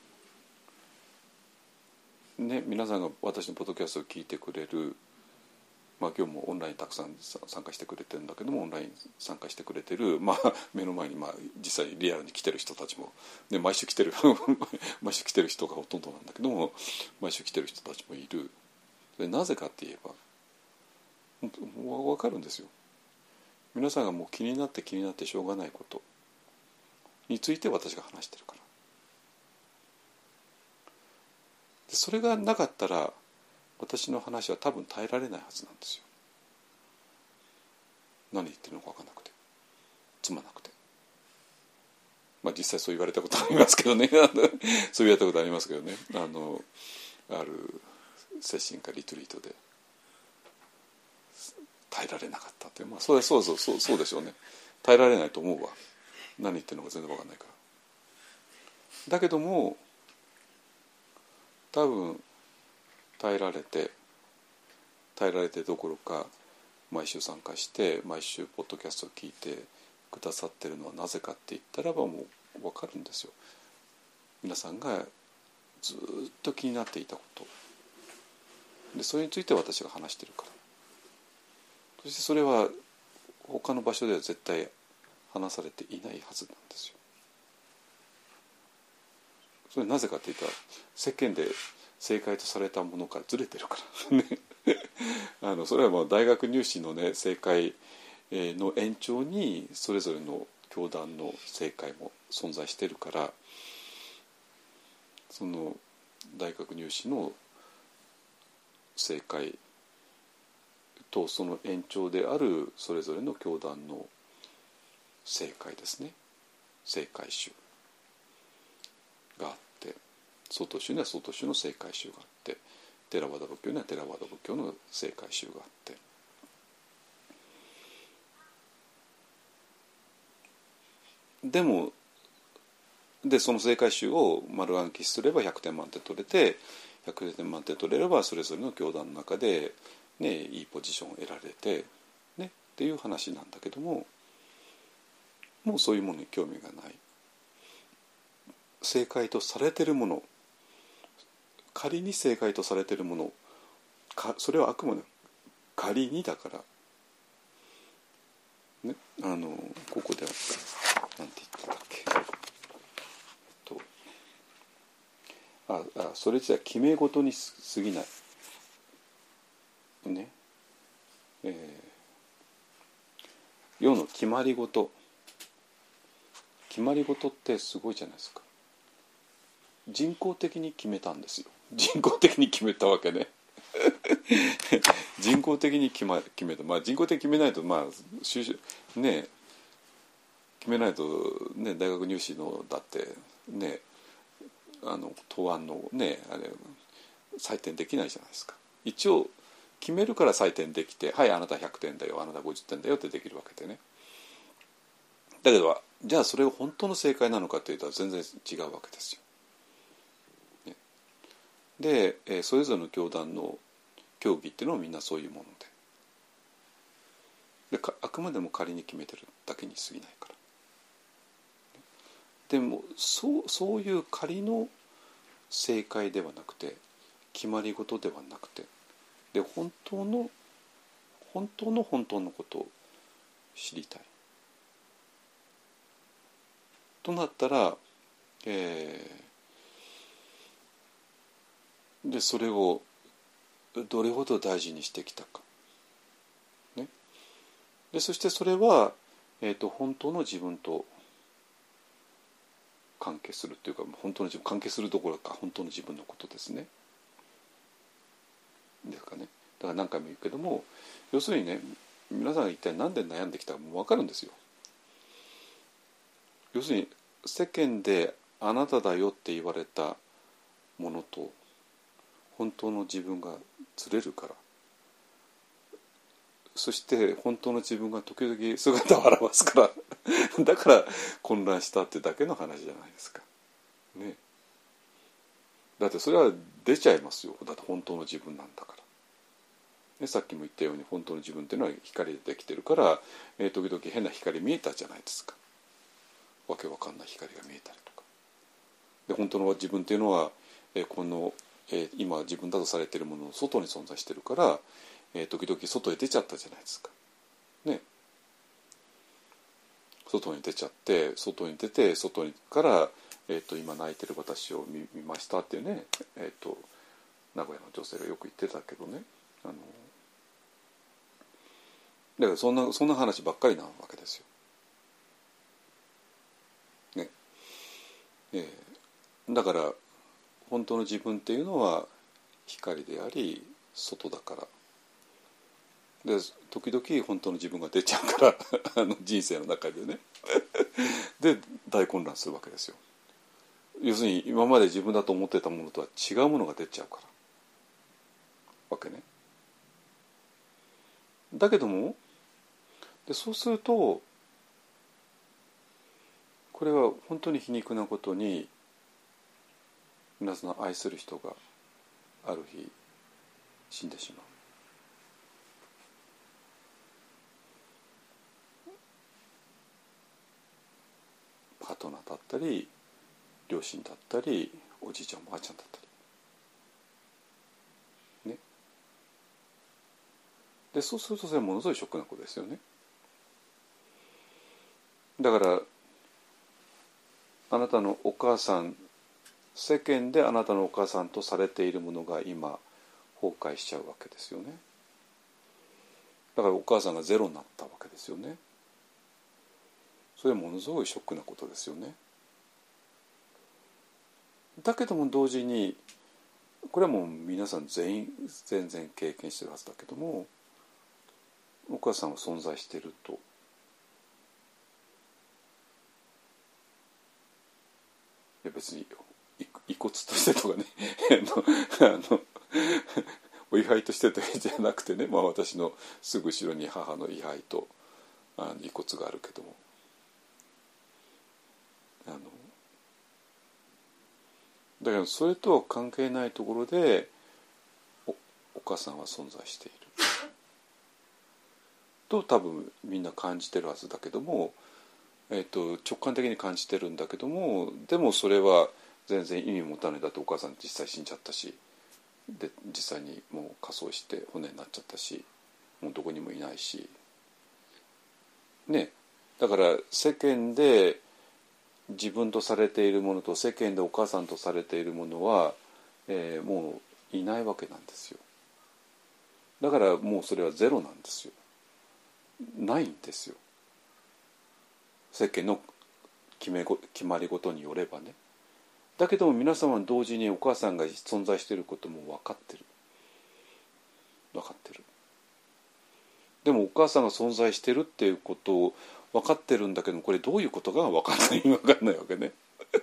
ね、皆さんが私のポッドキャストを聞いてくれる、まあ、今日もオンラインたくさん参加してくれてるんだけども、オンライン参加してくれてる、まあ、目の前に、まあ、実際リアルに来てる人たちも、ね、毎週来てる毎週来てる人がほとんどなんだけども、毎週来てる人たちもいる。でなぜかって言えば分かるんですよ。皆さんがもう気になって気になってしょうがないことについて私が話してるから。でそれがなかったら私の話は多分耐えられないはずなんですよ。何言ってるのか分からなくて、つまなくて、まあ実際そう言われたことありますけどねそう言われたことありますけどね、あのある精神科リトリートで耐えられなかったって、まあ、それそうそうそうそうでしょうね。耐えられないと思うわ。何言ってるのか全然分かんないから。だけども多分耐えられて耐えられてどころか毎週参加して毎週ポッドキャストを聞いてくださってるのはなぜかって言ったらばもう分かるんですよ。皆さんがずっと気になっていたことで、それについて私が話してるから。そしてそれは他の場所では絶対話されていないはずなんですよ。それなぜかって言ったら世間で正解とされたものからずれてるからねあのそれはもう大学入試のね正解の延長にそれぞれの教団の正解も存在してるから、その大学入試の正解とその延長であるそれぞれの教団の正解ですね、正解集があって、曹洞宗には曹洞宗の正解集があって、テラワダ仏教にはテラワダ仏教の正解集があって、でもでその正解集を丸暗記すればひゃくてん満点取れて、ひゃくてん満点取れればそれぞれの教団の中で、ね、いいポジションを得られて、ね、っていう話なんだけども、もうそういうものに興味がない。正解とされているもの、仮に正解とされているものか、それはあくまで仮にだから、ね、あのここではなんて言ってたっけ、とああそれ自体決め事に過ぎないね、えー、世の決まり事、決まり事ってすごいじゃないですか。人工的に決めたんですよ。人工的に決めたわけね人工的に決, ま決めた、まあ、人工的に決めないと、まあ就ね決めないと、ね、大学入試のだってね、あの答案のねあれ採点できないじゃないですか。一応決めるから採点できて、はいあなたひゃくてんだよ、あなたごじゅってんだよってできるわけでね。だけどじゃあそれが本当の正解なのかというと全然違うわけですよ。ね、で、えー、それぞれの教団の教義っていうのはみんなそういうもので、でかあくまでも仮に決めてるだけに過ぎないから。でもそう、そういう仮の正解ではなくて、決まり事ではなくて、で本当の本当の本当のことを知りたいとなったら、えー、でそれをどれほど大事にしてきたか、ね、でそしてそれは、えーと、本当の自分と関係するというか、本当の自分関係するどころか本当の自分のことですね。ですかね。だから何回も言うけども、要するにね、皆さんが一体何で悩んできたかも分かるんですよ。要するに世間であなただよって言われたものと本当の自分がずれるから、そして本当の自分が時々姿を現すからだから混乱したってだけの話じゃないですか、ね、だってそれは出ちゃいますよ。だって本当の自分なんだから、ね、さっきも言ったように本当の自分っていうのは光でできてるから、えー、時々変な光見えたじゃないですか。わけわかんない光が見えたりとかで、本当の自分っていうのは、えー、この、えー、今自分だとされているものの外に存在してるから、えー、時々外へ出ちゃったじゃないですか、ね、外に出ちゃって外に出て外にから、えー、と今泣いてる私を 見, 見ましたっていうね、えー、と名古屋の女性がよく言ってたけどね、あのだからそんなそんな話ばっかりなわけですよ。ねえー、だから本当の自分っていうのは光であり外だからで、時々本当の自分が出ちゃうからあの人生の中でねで大混乱するわけですよ。要するに今まで自分だと思ってたものとは違うものが出ちゃうから。 わけね。だけどもでそうするとこれは本当に皮肉なことに皆さんの愛する人がある日死んでしまう。パートナーだったり両親だったりおじいちゃんおばあちゃんだったりね。でそうするとそれはものすごいショックなことですよね。だからあなたのお母さん、世間であなたのお母さんとされているものが今崩壊しちゃうわけですよね。だからお母さんがゼロになったわけですよね。それはものすごいショックなことですよね。だけども同時にこれはもう皆さん全員全然経験してるはずだけども、お母さんは存在しているといや別に遺骨としてとかねあのお位牌としてとかじゃなくてね、まあ、私のすぐ後ろに母の位牌とあの遺骨があるけども、あのだけどそれとは関係ないところで お, お母さんは存在していると多分みんな感じてるはずだけども、えー、と直感的に感じてるんだけども、でもそれは全然意味持たない。だってお母さん実際死んじゃったし、で実際にもう火葬して骨になっちゃったし、もうどこにもいないしね。だから世間で自分とされているものと世間でお母さんとされているものは、えー、もういないわけなんですよ。だからもうそれはゼロなんですよ。ないんですよ。世間の決めご決まり事によればね。だけども皆様は同時にお母さんが存在していることも分かってる分かってる。でもお母さんが存在してるっていうことを分かってるんだけども、これどういうことか分かんない分かんないわけね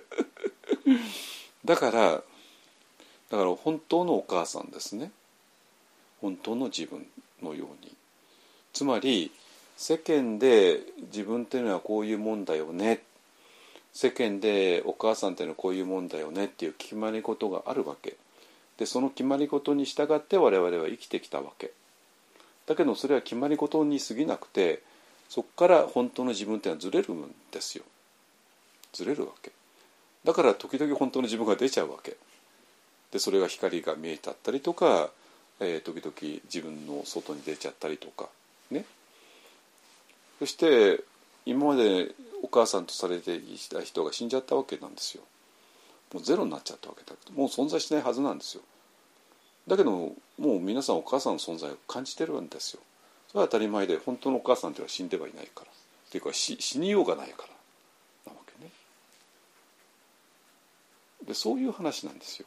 だからだから本当のお母さんですね。本当の自分のように、つまり世間で自分っていうのはこういうもんだよね、世間でお母さんっていうのはこういうもんだよねっていう決まり事があるわけで、その決まり事に従って我々は生きてきたわけだけど、それは決まり事に過ぎなくて、そこから本当の自分っていうのはずれるんですよ。ずれるわけだから時々本当の自分が出ちゃうわけで、それが光が見えちゃったりとか、えー、時々自分の外に出ちゃったりとかね。そして今までお母さんとされていた人が死んじゃったわけなんですよ。もうゼロになっちゃったわけだけど、もう存在しないはずなんですよ。だけどもう皆さんお母さんの存在を感じてるんですよ。それは当たり前で、本当のお母さんというのは死んではいないからっていうか、死にようがないからなわけね。でそういう話なんですよ。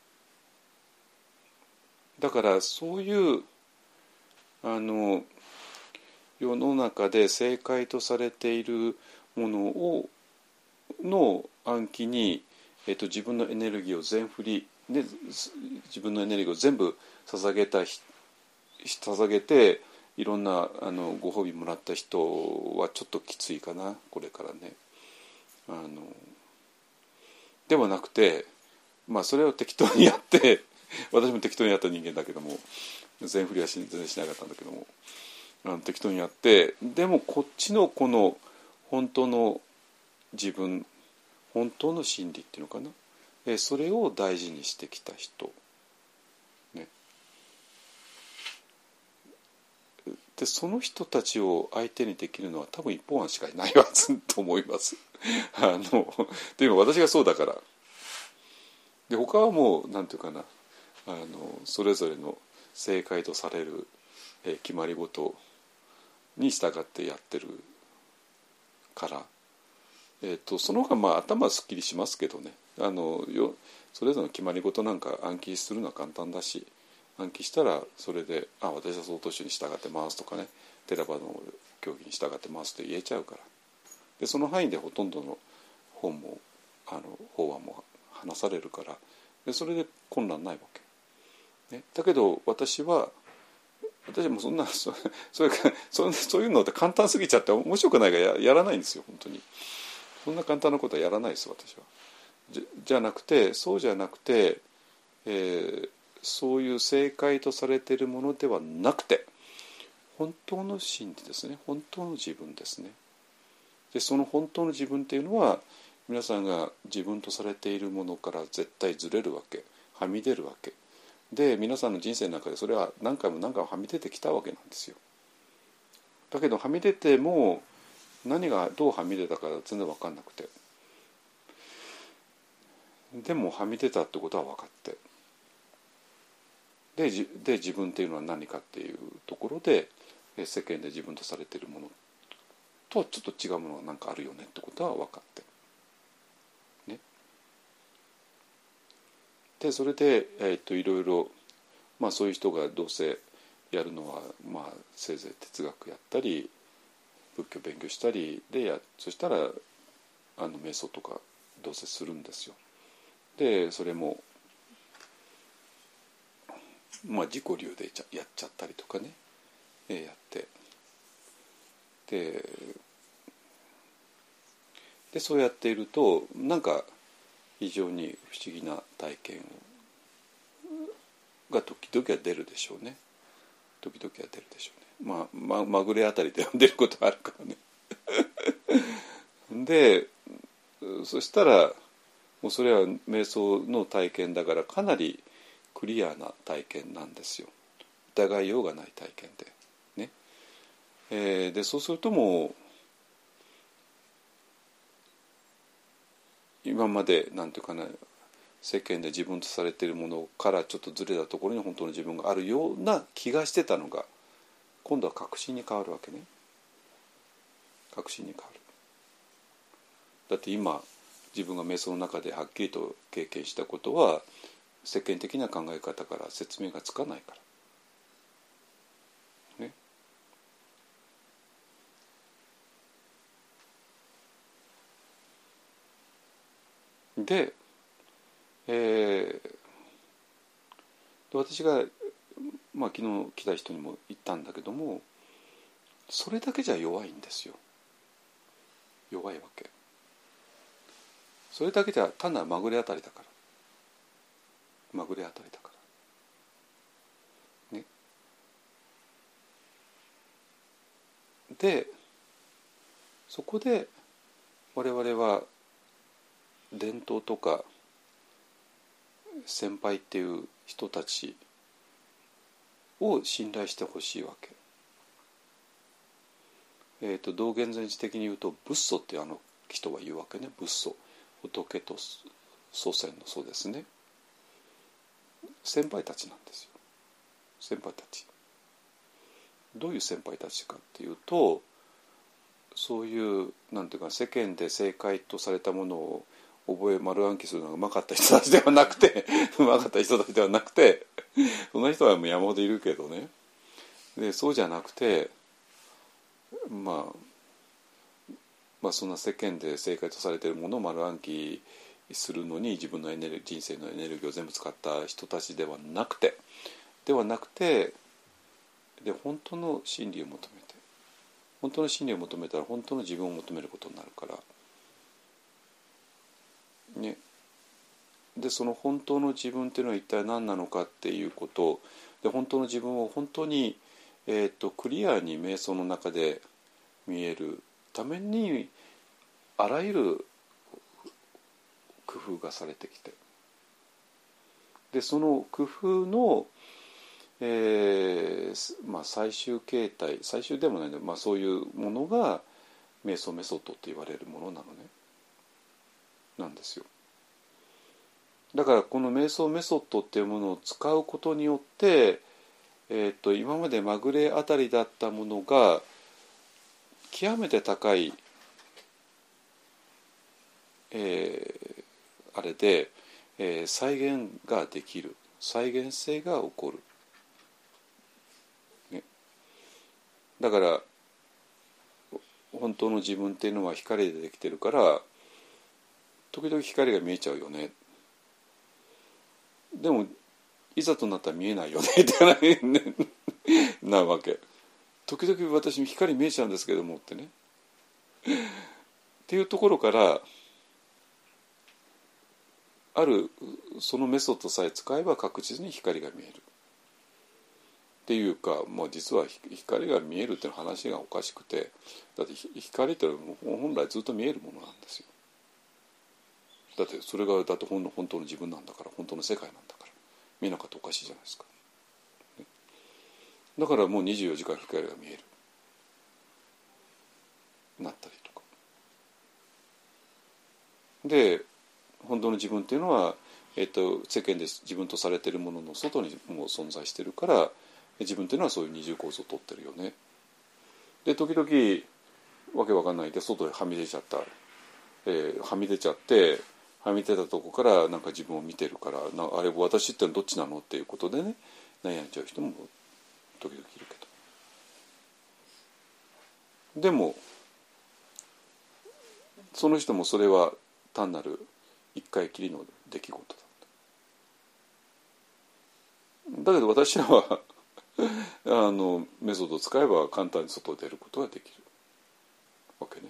だからそういうあの世の中で正解とされているものをの暗記に、えっと、自分のエネルギーを全振りで、自分のエネルギーを全部捧げた捧げていろんなあのご褒美もらった人はちょっときついかな、これからね。あのではなくて、まあそれを適当にやって私も適当にやった人間だけども、全振りは全然しなかったんだけども、あの適当にやって、でもこっちのこの本当の自分、本当の真理っていうのかな、えそれを大事にしてきた人、ね、でその人たちを相手にできるのは多分一方案しかいないはずと思いますあのっていうのは私がそうだから。で他はもうなんていうかな、あのそれぞれの正解とされる、えー、決まり事に従ってやってるから、えー、とその方がまあ頭はすっきりしますけどね。あのよそれぞれの決まり事なんか暗記するのは簡単だし、暗記したらそれで「あ私はその年に従ってます」とかね、テラバの教義に従ってますって言えちゃうから、でその範囲でほとんどの本もあの法案も話されるから、でそれで混乱ないわけね、だけど私は私もそんなそそれそそういうのって簡単すぎちゃって面白くないから や, やらないんですよ本当に。そんな簡単なことはやらないです私は。じ ゃ, じゃなくてそうじゃなくて、えー、そういう正解とされているものではなくて本当の真理ですね。本当の自分ですね。でその本当の自分っていうのは皆さんが自分とされているものから絶対ずれるわけ、はみ出るわけで、皆さんの人生の中でそれは何回も何回もはみ出てきたわけなんですよ。だけどはみ出ても何がどうはみ出たか全然分かんなくて、でもはみ出たってことは分かって、でで自分っていうのは何かっていうところで世間で自分とされているものとちょっと違うものが何かあるよねってことは分かってね。でそれで、えー、っといろいろ、まあ、そういう人がどうせやるのは、まあ、せいぜい哲学やったり仏教勉強したりでやそしたらあの瞑想とかどうせするんですよ。でそれも、まあ、自己流でやっちゃったりとかね、えー、やってででそうやっているとなんか非常に不思議な体験が時々は出るでしょうね。時々は出るでしょうね。まあ、ままぐれあたりで出ることがあるからね。でそしたらもうそれは瞑想の体験だからかなりクリアな体験なんですよ。疑いようがない体験でね。えー、でそうするともう今までなんていうかな世間で自分とされているものからちょっとずれたところに本当の自分があるような気がしてたのが今度は確信に変わるわけね。確信に変わる。だって今自分が瞑想の中ではっきりと経験したことは世間的な考え方から説明がつかないからね。で、えー、私が、まあ、昨日来た人にも言ったんだけどもそれだけじゃ弱いんですよ。弱いわけ。それだけじゃ単なるまぐれあたりだからまぐれあたりだからね。でそこで我々は伝統とか先輩っていう人たちを信頼してほしいわけ。えーと、道元禅師的に言うと仏祖ってあの人は言うわけね。仏祖、仏と祖先の祖ですね。先輩たちなんですよ。先輩たち。どういう先輩たちかっていうとそういうなんていうか世間で正解とされたものを覚え丸暗記するのがうまかった人たちではなくてうまかった人たちではなくてその人はもう山ほどいるけどね。でそうじゃなくて、まあ、まあそんな世間で正解とされているものを丸暗記するのに自分のエネルギー人生のエネルギーを全部使った人たちではなくてではなくてで本当の真理を求めて本当の真理を求めたら本当の自分を求めることになるからね。でその本当の自分っていうのは一体何なのかっていうことで本当の自分を本当に、えーと、クリアに瞑想の中で見えるためにあらゆる工夫がされてきてでその工夫の、えーまあ、最終形態最終でもないんだけど、まあ、そういうものが瞑想メソッドって言われるものなのねなんですよ。だからこの瞑想メソッドっていうものを使うことによって、えー、と今までまぐれあたりだったものが極めて高い、えー、あれで、えー、再現ができる再現性が起こる、ね、だから本当の自分っていうのは光でできてるから時々光が見えちゃうよね。でもいざとなったら見えないよねってなわけ。時々私光見えちゃうんですけどもってねっていうところからあるそのメソッドさえ使えば確実に光が見えるっていうか、まあ、実は光が見えるっていう話がおかしくて、だって光って本来ずっと見えるものなんですよ。だってそれがだって本の本当の自分なんだから、本当の世界なんだから、見なかったらおかしいじゃないですか、ね、だからもうにじゅうよじかん光が見えるなったりとかで、本当の自分っていうのは、えっと、世間で自分とされているものの外にもう存在してるから、自分っていうのはそういう二重構造をとってるよね。で時々わけわかんないで外へはみ出ちゃった、えー、はみ出ちゃってはみ出たとこからなんか自分を見てるからな、あれ私ってどっちなのっていうことでね悩んじゃう人も時々いるけど、でもその人もそれは単なる一回きりの出来事だった。だけど私らはあのメソッドを使えば簡単に外に出ることができるわけね。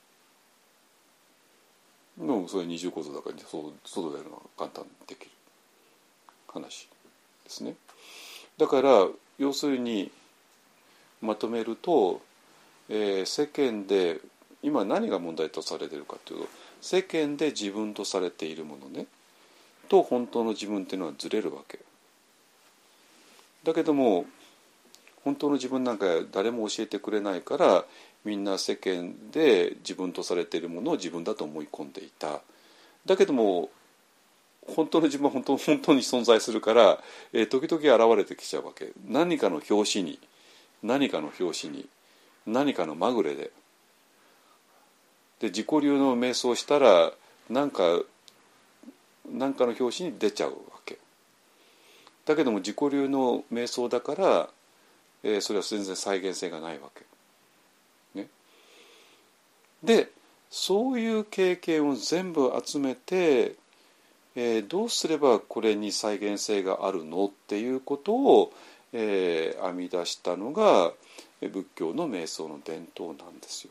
でもそれ二重構造だから外で出るのは簡単にできる話ですね。だから要するにまとめると、えー、世間で今何が問題とされているかというと、世間で自分とされているものねと本当の自分っていうのはずれるわけだけども、本当の自分なんか誰も教えてくれないから、みんな世間で自分とされているものを自分だと思い込んでいた。だけども本当の自分は本当、本当に存在するから、えー、時々現れてきちゃうわけ。何かの拍子に何かの拍子に何かのまぐれでで自己流の瞑想をしたら何か何かの拍子に出ちゃうわけだけども、自己流の瞑想だから、えー、それは全然再現性がないわけ、ね、でそういう経験を全部集めて、えー、どうすればこれに再現性があるのっていうことを、えー、編み出したのが仏教の瞑想の伝統なんですよ。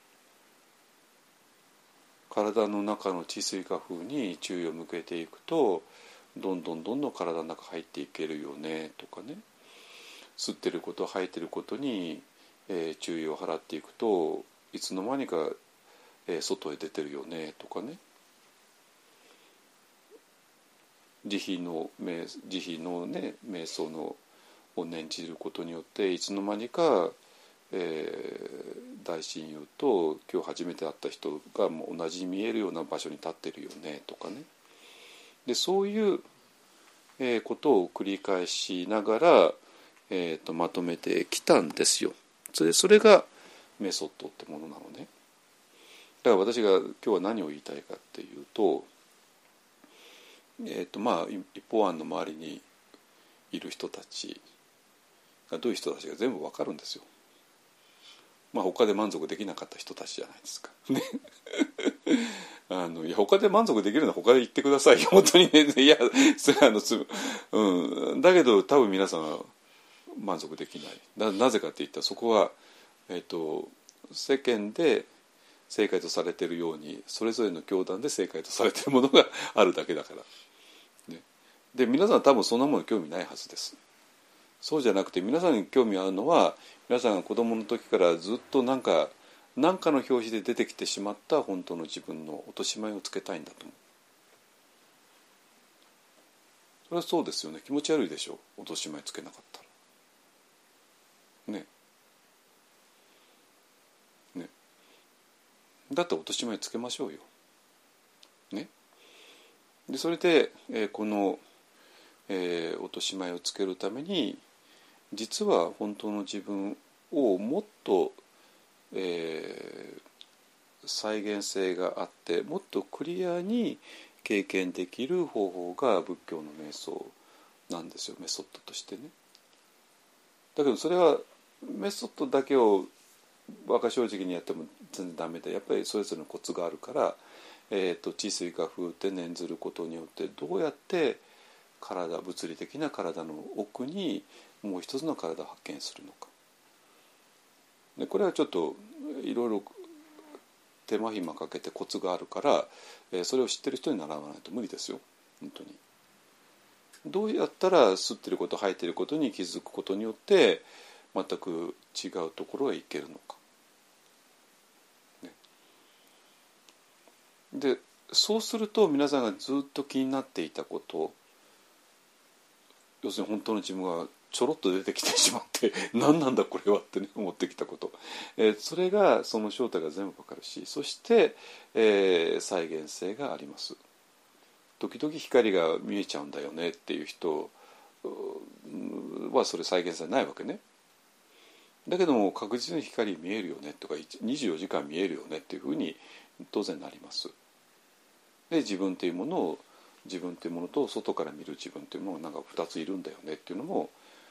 体の中の地水化風に注意を向けていくと、どんどんどんどん体の中入っていけるよねとかね、吸ってること吐いてることに、えー、注意を払っていくといつの間にか、えー、外へ出てるよねとかね、慈悲の慈悲のね瞑想のを念じることによっていつの間にか、えー、大親友と今日初めて会った人がもう同じに見えるような場所に立ってるよねとかね、でそういう、えー、ことを繰り返しながら、えー、とまとめてきたんですよ。それ、それがメソッドってものなのね。だから私が今日は何を言いたいかっていうと、えーとまあ、一方案の周りにいる人たちがどういう人たちが全部わかるんですよ。まあ他で満足できなかった人たちじゃないですかねあのいや他で満足できるのは他で言ってくださいよ本当にね。いやそれあのつ、うん、だけど多分皆さんは満足できない。 な, なぜかっていったらそこは、えーと、世間で正解とされているようにそれぞれの教団で正解とされているものがあるだけだから、ね、で皆さんは多分そんなもの興味ないはずです。そうじゃなくて皆さんに興味あるのは、皆さんが子供の時からずっと何か何かの表紙で出てきてしまった本当の自分の落とし前をつけたいんだと思う。それはそうですよね。気持ち悪いでしょ、落とし前つけなかったらね。ねだったら落とし前つけましょうよね。でそれで、えー、この、えー、落とし前をつけるために実は本当の自分をもっと、えー、再現性があってもっとクリアに経験できる方法が仏教の瞑想なんですよ、メソッドとしてね。だけどそれはメソッドだけを馬鹿正直にやっても全然ダメで、やっぱりそれぞれのコツがあるから、えーと、地水化風って念ずることによってどうやって体、物理的な体の奥にもう一つの体を発見するのか。でこれはちょっといろいろ手間暇かけてコツがあるから、えー、それを知ってる人に習わないと無理ですよ本当に。どうやったら吸ってること吐いてることに気づくことによって全く違うところへ行けるのか、ね、でそうすると皆さんがずっと気になっていたこと、要するに本当の自分がちょろっと出てきてしまって何なんだこれはってね思ってきたこと、えー、それがその正体が全部わかるし、そして、えー、再現性があります。時々光が見えちゃうんだよねっていう人はそれ再現性ないわけね。だけども確実に光見えるよねとかにじゅうよじかん見えるよねっていうふうに当然なります。で自分というものを自分というものと外から見る自分というものがなんかふたついるんだよねっていうのも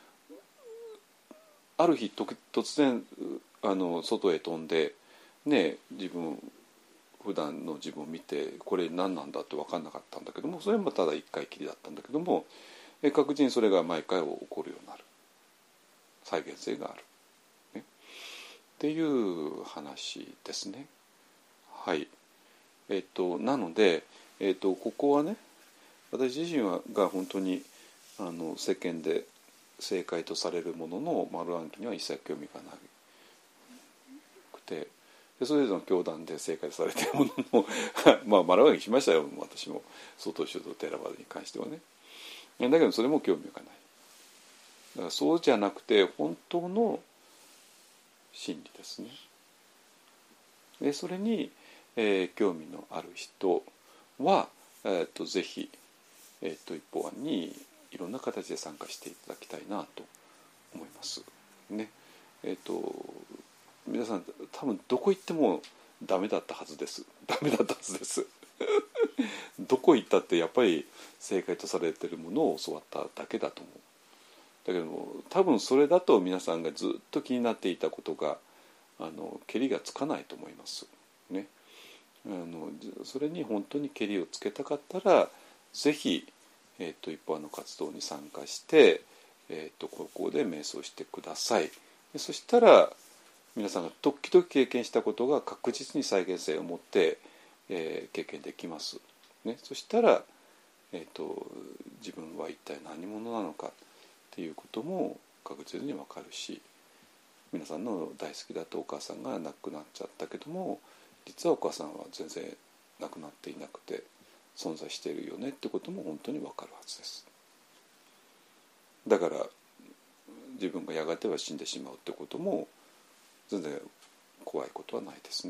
ある日突然あの外へ飛んでね自分普段の自分を見てこれ何なんだって分かんなかったんだけども、それもただ一回きりだったんだけども確実にそれが毎回起こるようになる再現性がある、ね、っていう話ですね。はい。えっとなので、えっとここはね私自身はが本当にあの世間で正解とされるものの丸暗記には一切興味がなくて、でそれぞれの教団で正解されているものもまあ丸暗記しましたよ私も曹洞宗とテラバダに関してはね。だけどそれも興味がない。だからそうじゃなくて本当の真理ですね。でそれに、えー、興味のある人は、えー、とぜひ、えー、と一方案にいろんな形で参加していただきたいなと思いますね。えっ、ー、と皆さん多分どこ行ってもダメだったはずです。ダメだったはずです。どこ行ったってやっぱり正解とされているものを教わっただけだと思う。だけども多分それだと皆さんがずっと気になっていたことがあのケリがつかないと思いますね。あのそれに本当にケリをつけたかったらぜひ、えー、と一般の活動に参加して、えー、とここで瞑想してください。でそしたら皆さんが時々経験したことが確実に再現性を持って、えー、経験できます、ね、そしたら、えー、と自分は一体何者なのかっていうことも確実に分かるし、皆さんの大好きだったお母さんが亡くなっちゃったけども実はお母さんは全然亡くなっていなくて存在しているよねってことも本当に分かるはずです。だから自分がやがては死んでしまうってことも全然怖いことはないですね。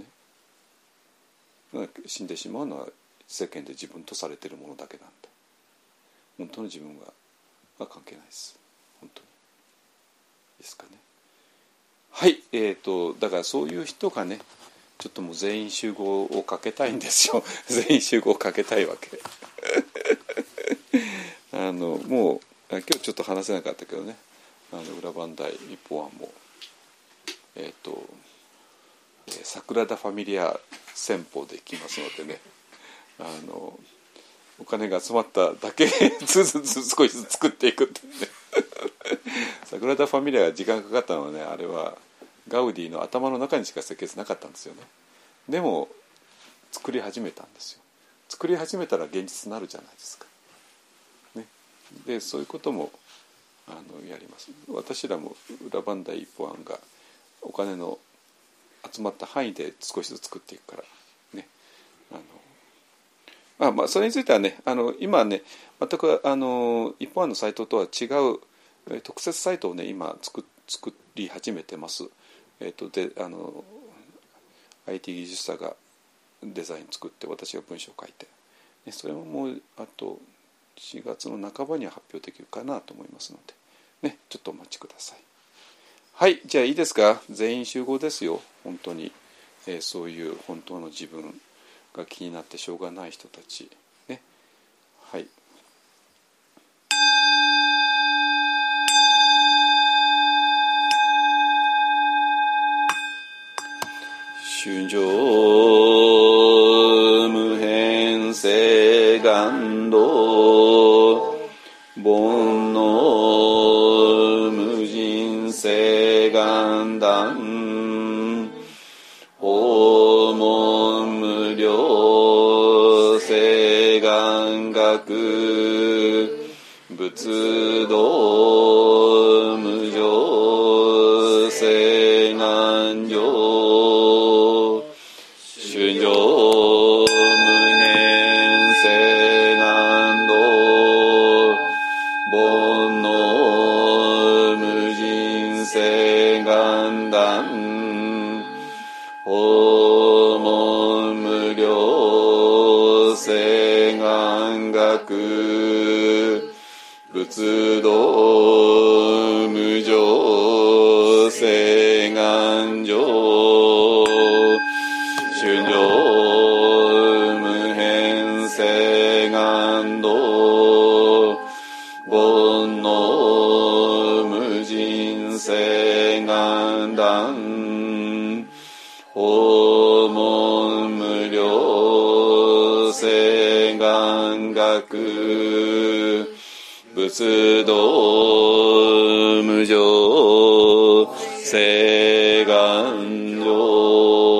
死んでしまうのは世間で自分とされているものだけなんだ。本当の自分はは関係ないです。本当にいいですかね。はい、えーとだからそういう人がねちょっともう全員集合をかけたいんですよ。全員集合をかけたいわけ。あのもう今日ちょっと話せなかったけどね、あの裏磐梯一方案もえっ、ー、とサグラダ・ファミリア戦法できますのでね、あのお金が集まっただけずつずつ少しずつ作っていくってね。サグラダ・ファミリアが時間かかったのはね、あれはガウディの頭の中にしか設計図なかったんですよね。でも作り始めたんですよ。作り始めたら現実になるじゃないですか、ね、でそういうこともあのやります。私らも裏磐梯一方案がお金の集まった範囲で少しずつ作っていくからね。あのまあまあそれについてはね、あの今ね全くあの一方案のサイトとは違う特設サイトをね今 作, 作り始めてます。えー、とであの アイティー 技術者がデザイン作って私が文章を書いて、ね、それももうあとしがつの半ばには発表できるかなと思いますので、ね、ちょっとお待ちください。はい、じゃあいいですか。全員集合ですよ本当に、えー、そういう本当の自分が気になってしょうがない人たちね。はい。衆生無変性願道菩煩悩無尽誓願断訪問無量誓願学仏道無常誓願上衆生無変誓願道煩悩無尽誓願断訪問無量誓願学仏道無常誓願上衆生無変誓願道煩悩無尽誓願断訪問無量誓願学仏道無常誓願上